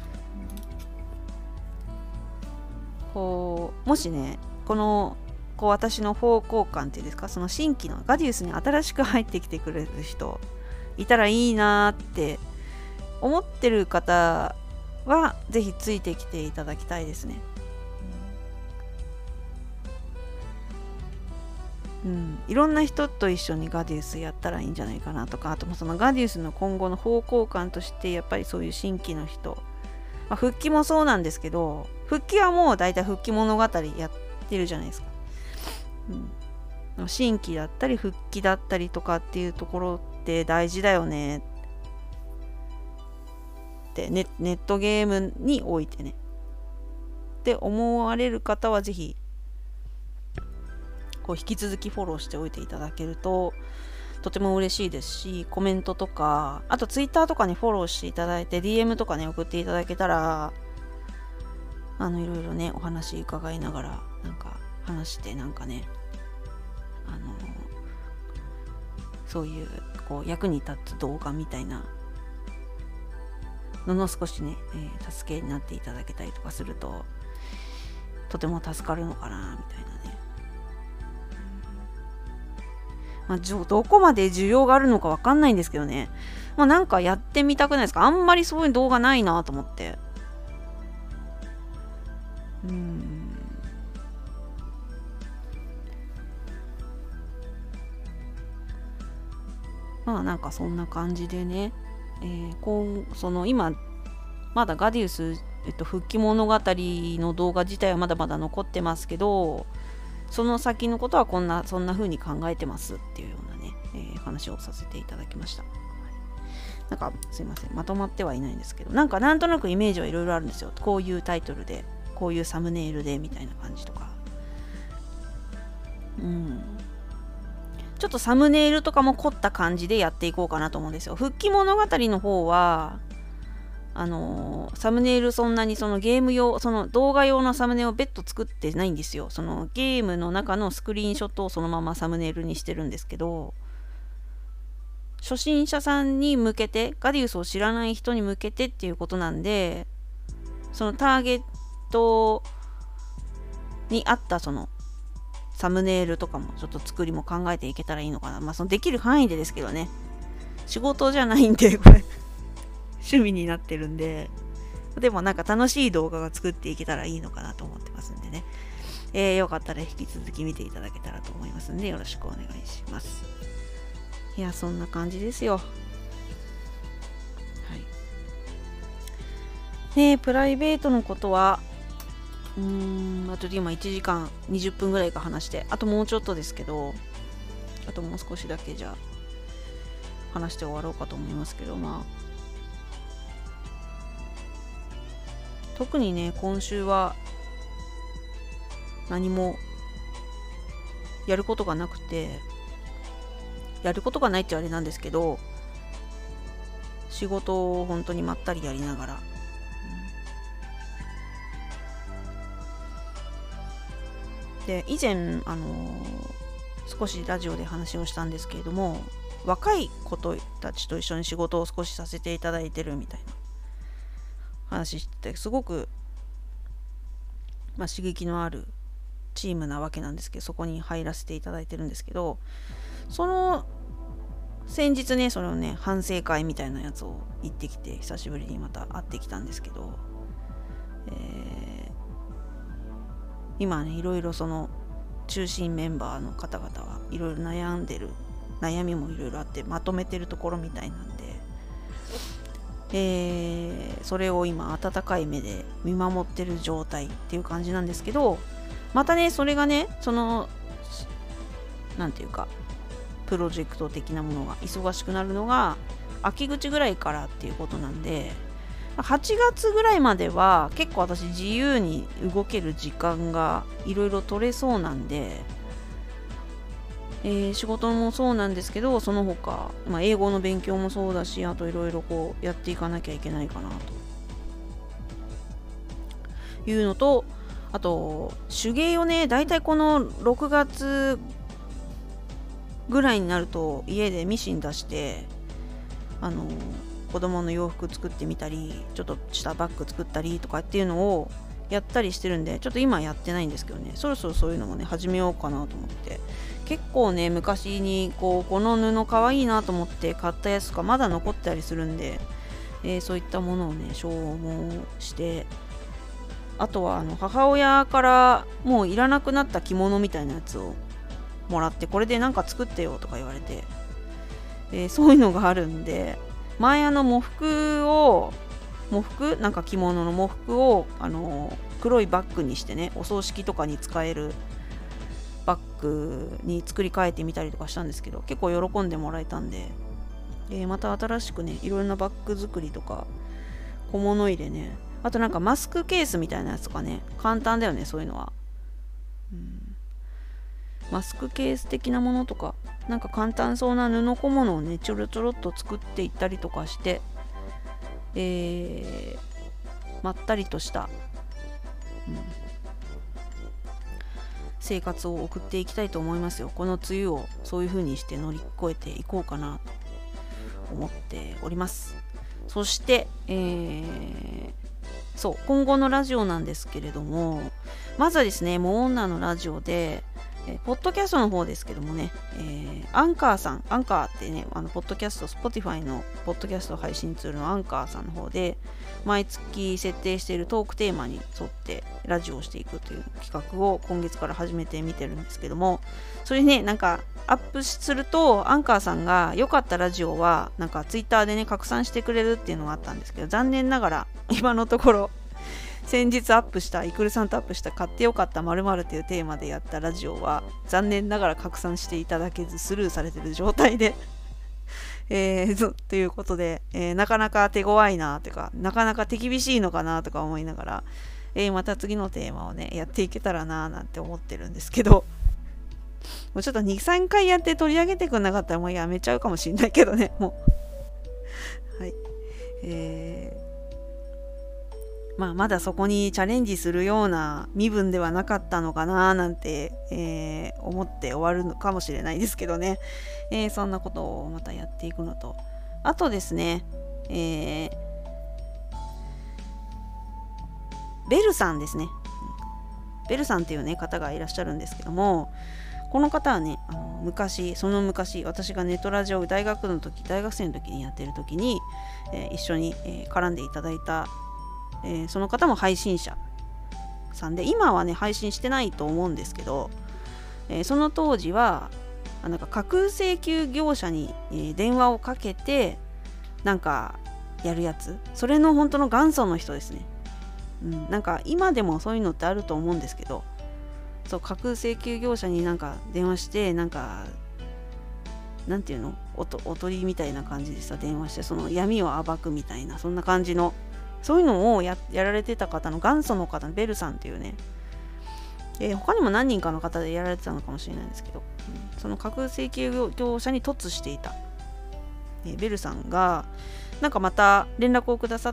こうもしねこのこう私の方向感っていうんですか、その新規のガディウスに新しく入ってきてくれる人いたらいいなって思ってる方はぜひついてきていただきたいですね。うん、いろんな人と一緒にガディウスやったらいいんじゃないかなとか、あともそのガディウスの今後の方向感としてやっぱりそういう新規の人、まあ、復帰もそうなんですけど、復帰はもうだいたい復帰物語やってるじゃないですか、うん、新規だったり復帰だったりとかっていうところって大事だよねってネ、ネットゲームにおいてねって思われる方はぜひこう引き続きフォローしておいていただけるととても嬉しいですし、コメントとか、あとツイッターとかにフォローしていただいて ディーエム とかね送っていただけたら、あのいろいろねお話伺いながらなんか話して、なんかねあのそういうこう役に立つ動画みたいなのの少しね、えー、助けになっていただけたりとかするととても助かるのかなみたいなね。まあ、どこまで需要があるのかわかんないんですけどね。まあ、なんかやってみたくないですか？あんまりそういう動画ないなと思って。うーん。まあなんかそんな感じでね。えー、今その今まだガディウス、えっと、復帰物語の動画自体はまだまだ残ってますけど、その先のことはこんなそんな風に考えてますっていうようなね、えー、話をさせていただきました。はい、なんかすいません、まとまってはいないんですけど、なんかなんとなくイメージはいろいろあるんですよ。こういうタイトルで、こういうサムネイルでみたいな感じとか。うん。ちょっとサムネイルとかも凝った感じでやっていこうかなと思うんですよ。復帰物語の方はあのー、サムネイルそんなにそのゲーム用、その動画用のサムネを別途作ってないんですよ。そのゲームの中のスクリーンショットをそのままサムネイルにしてるんですけど、初心者さんに向けて、ガディウスを知らない人に向けてっていうことなんで、そのターゲットに合ったそのサムネイルとかもちょっと作りも考えていけたらいいのかな。まあそのできる範囲でですけどね。仕事じゃないんで、これ。趣味になってるんで、でもなんか楽しい動画が作っていけたらいいのかなと思ってますんでね、えー、よかったら引き続き見ていただけたらと思いますんでよろしくお願いします。いや、そんな感じですよ。はい。ね、プライベートのことはうーんあと今いちじかんにじゅっぷんぐらいか話して、あともうちょっとですけど、あともう少しだけじゃ話して終わろうかと思いますけど、まあ特にね、今週は何もやることがなくて、やることがないっちゃあれなんですけど、仕事を本当にまったりやりながら、うん、で以前あのー、少しラジオで話をしたんですけれども、若い子たちと一緒に仕事を少しさせていただいてるみたいな話してて、すごく、まあ、刺激のあるチームなわけなんですけど、そこに入らせていただいてるんですけど、その先日ね、そのね反省会みたいなやつを行ってきて、久しぶりにまた会ってきたんですけど、えー、今ねいろいろその中心メンバーの方々はいろいろ悩んでる悩みもいろいろあってまとめてるところみたいなんで、えー、それを今温かい目で見守ってる状態っていう感じなんですけど、またねそれがねそのなんていうかプロジェクト的なものが忙しくなるのが秋口ぐらいからっていうことなんで、はちがつぐらいまでは結構私自由に動ける時間がいろいろ取れそうなんで、えー、仕事もそうなんですけど、その他、まあ、英語の勉強もそうだし、あといろいろこうやっていかなきゃいけないかなというのと、あと手芸をね、だいたいこのろくがつぐらいになると家でミシン出してあの子供の洋服作ってみたり、ちょっとしたバッグ作ったりとかっていうのをやったりしてるんで、ちょっと今やってないんですけどね、そろそろそういうのもね始めようかなと思って、結構ね昔にこうこの布かわいいなと思って買ったやつとかまだ残ってたりするんで、 えー、そういったものをね消耗して、あとはあの母親からもういらなくなった着物みたいなやつをもらって、これでなんか作ってよとか言われて、えー、そういうのがあるんで、前あの喪服を喪服なんか着物の喪服をあのー、黒いバッグにしてね、お葬式とかに使えるバッグに作り変えてみたりとかしたんですけど、結構喜んでもらえたんで、えー、また新しくねいろんなバッグ作りとか小物入れね、あとなんかマスクケースみたいなやつとかね、簡単だよねそういうのは、うん、マスクケース的なものとかなんか簡単そうな布小物をねちょろちょろっと作っていったりとかして、えー、まったりとした、うん、生活を送っていきたいと思いますよ。この梅雨をそういう風にして乗り越えていこうかなと思っております。そして、えー、そう今後のラジオなんですけれども、まずはですね、もう女のラジオで、えー、ポッドキャストの方ですけどもね、えー、アンカーさん、アンカーってね、あのポッドキャスト、Spotify のポッドキャスト配信ツールのアンカーさんの方で、毎月設定しているトークテーマに沿ってラジオをしていくという企画を今月から始めてみてるんですけども、それね、なんかアップすると、アンカーさんが良かったラジオは、なんかツイッターでね、拡散してくれるっていうのがあったんですけど、残念ながら、今のところ、先日アップした、イクルさんとアップした買ってよかった〇〇というテーマでやったラジオは、残念ながら拡散していただけずスルーされている状態で、えー、ということで、えー、なかなか手強いなとか、なかなか手厳しいのかなとか思いながら、えー、また次のテーマをね、やっていけたらななんて思ってるんですけど、もうちょっとに、さんかいやって取り上げてくんなかったらもうやめちゃうかもしれないけどね、もう。はい。えーまあ、まだそこにチャレンジするような身分ではなかったのかななんて、えー、思って終わるのかもしれないですけどね、えー、そんなことをまたやっていくのと、あとですね、えー、ベルさんですね。ベルさんっていうね方がいらっしゃるんですけども、この方はね、あの昔その昔私がネットラジオ大学の時大学生の時にやってる時に、えー、一緒に、えー、絡んでいただいた、えー、その方も配信者さんで、今はね配信してないと思うんですけど、えー、その当時はなんか架空請求業者に、えー、電話をかけてなんかやるやつ、それの本当の元祖の人ですね、うん、なんか今でもそういうのってあると思うんですけど、そう架空請求業者になんか電話してなんかなんていうの お, とおとりみたいな感じでさ電話してその闇を暴くみたいな、そんな感じのそういうのを や, やられてた方の元祖の方のベルさんっていうね、えー、他にも何人かの方でやられてたのかもしれないんですけど、うん、その架空請求業者に突していた、えー、ベルさんがなんかまた連絡をくださって、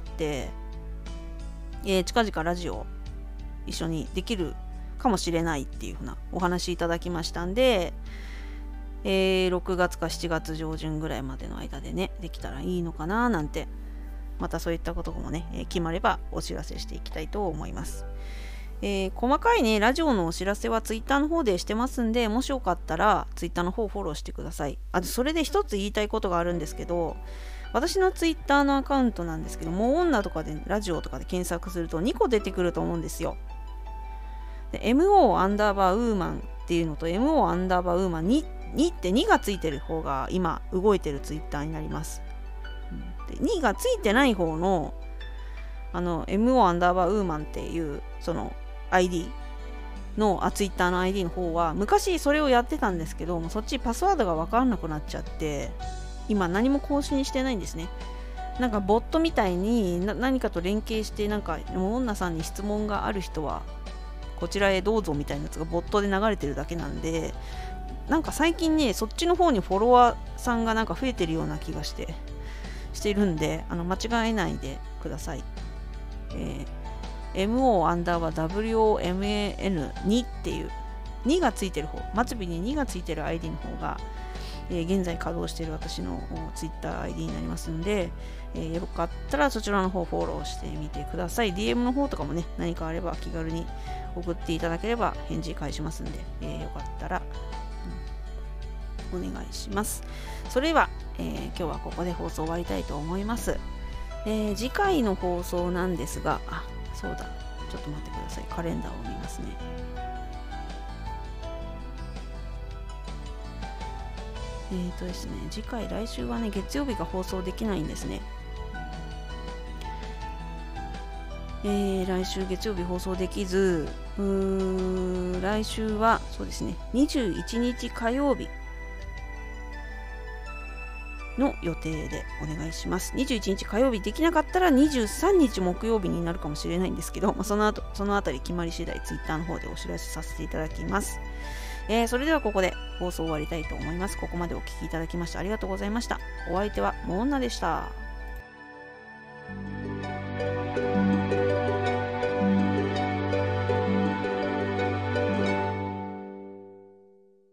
えー、近々ラジオ一緒にできるかもしれないっていうふうなお話いただきましたんで、えー、ろくがつかしちがつ上旬ぐらいまでの間でねできたらいいのかななんて、またそういったこともね、えー、決まればお知らせしていきたいと思います。えー、細かいねラジオのお知らせはツイッターの方でしてますんで、もしよかったらツイッターの方フォローしてください。あとそれで一つ言いたいことがあるんですけど、私のツイッターのアカウントなんですけど、もう女とかでラジオとかで検索するとにこ出てくると思うんですよ。で エムオー アンダーバーウーマンっていうのと エムオー アンダーバーウーマン に, にってにがついてる方が今動いてるツイッターになります。でにがついてない方のあの エムオー アンダーバーウーマンっていうその アイディー のあツイッターの アイディー の方は昔それをやってたんですけども、そっちパスワードが分からなくなっちゃって今何も更新してないんですね。なんかボットみたいにな何かと連携してなんかもう女さんに質問がある人はこちらへどうぞみたいなやつがボットで流れてるだけなんで、なんか最近ねそっちの方にフォロワーさんがなんか増えてるような気がしてしているんで、あの間違えないでください。えー、エムオー アンダーバー ダブリューオーエムエーエヌ にっていうにがついてる方、末尾ににがついてる アイディー の方が、えー、現在稼働している私の Twitter アイディー になりますので、えー、よかったらそちらの方フォローしてみてください。 ディーエム の方とかもね何かあれば気軽に送っていただければ返事返しますんで、えー、よかったら、うん、お願いします。それでは、えー、今日はここで放送終わりたいと思います。 えー、次回の放送なんですが、あ、そうだ、ちょっと待ってください。カレンダーを見ますね。えーとですね、次回、来週はね、月曜日が放送できないんですね。えー、来週月曜日放送できず、うー来週はそうですね、にじゅういちにち火曜日の予定でお願いします。にじゅういちにち火曜日できなかったらにじゅうさんにち木曜日になるかもしれないんですけど、まあ、その後、そのあたり決まり次第ツイッターの方でお知らせさせていただきます。えー、それではここで放送終わりたいと思います。ここまでお聞きいただきましてありがとうございました。お相手はモーンナでした。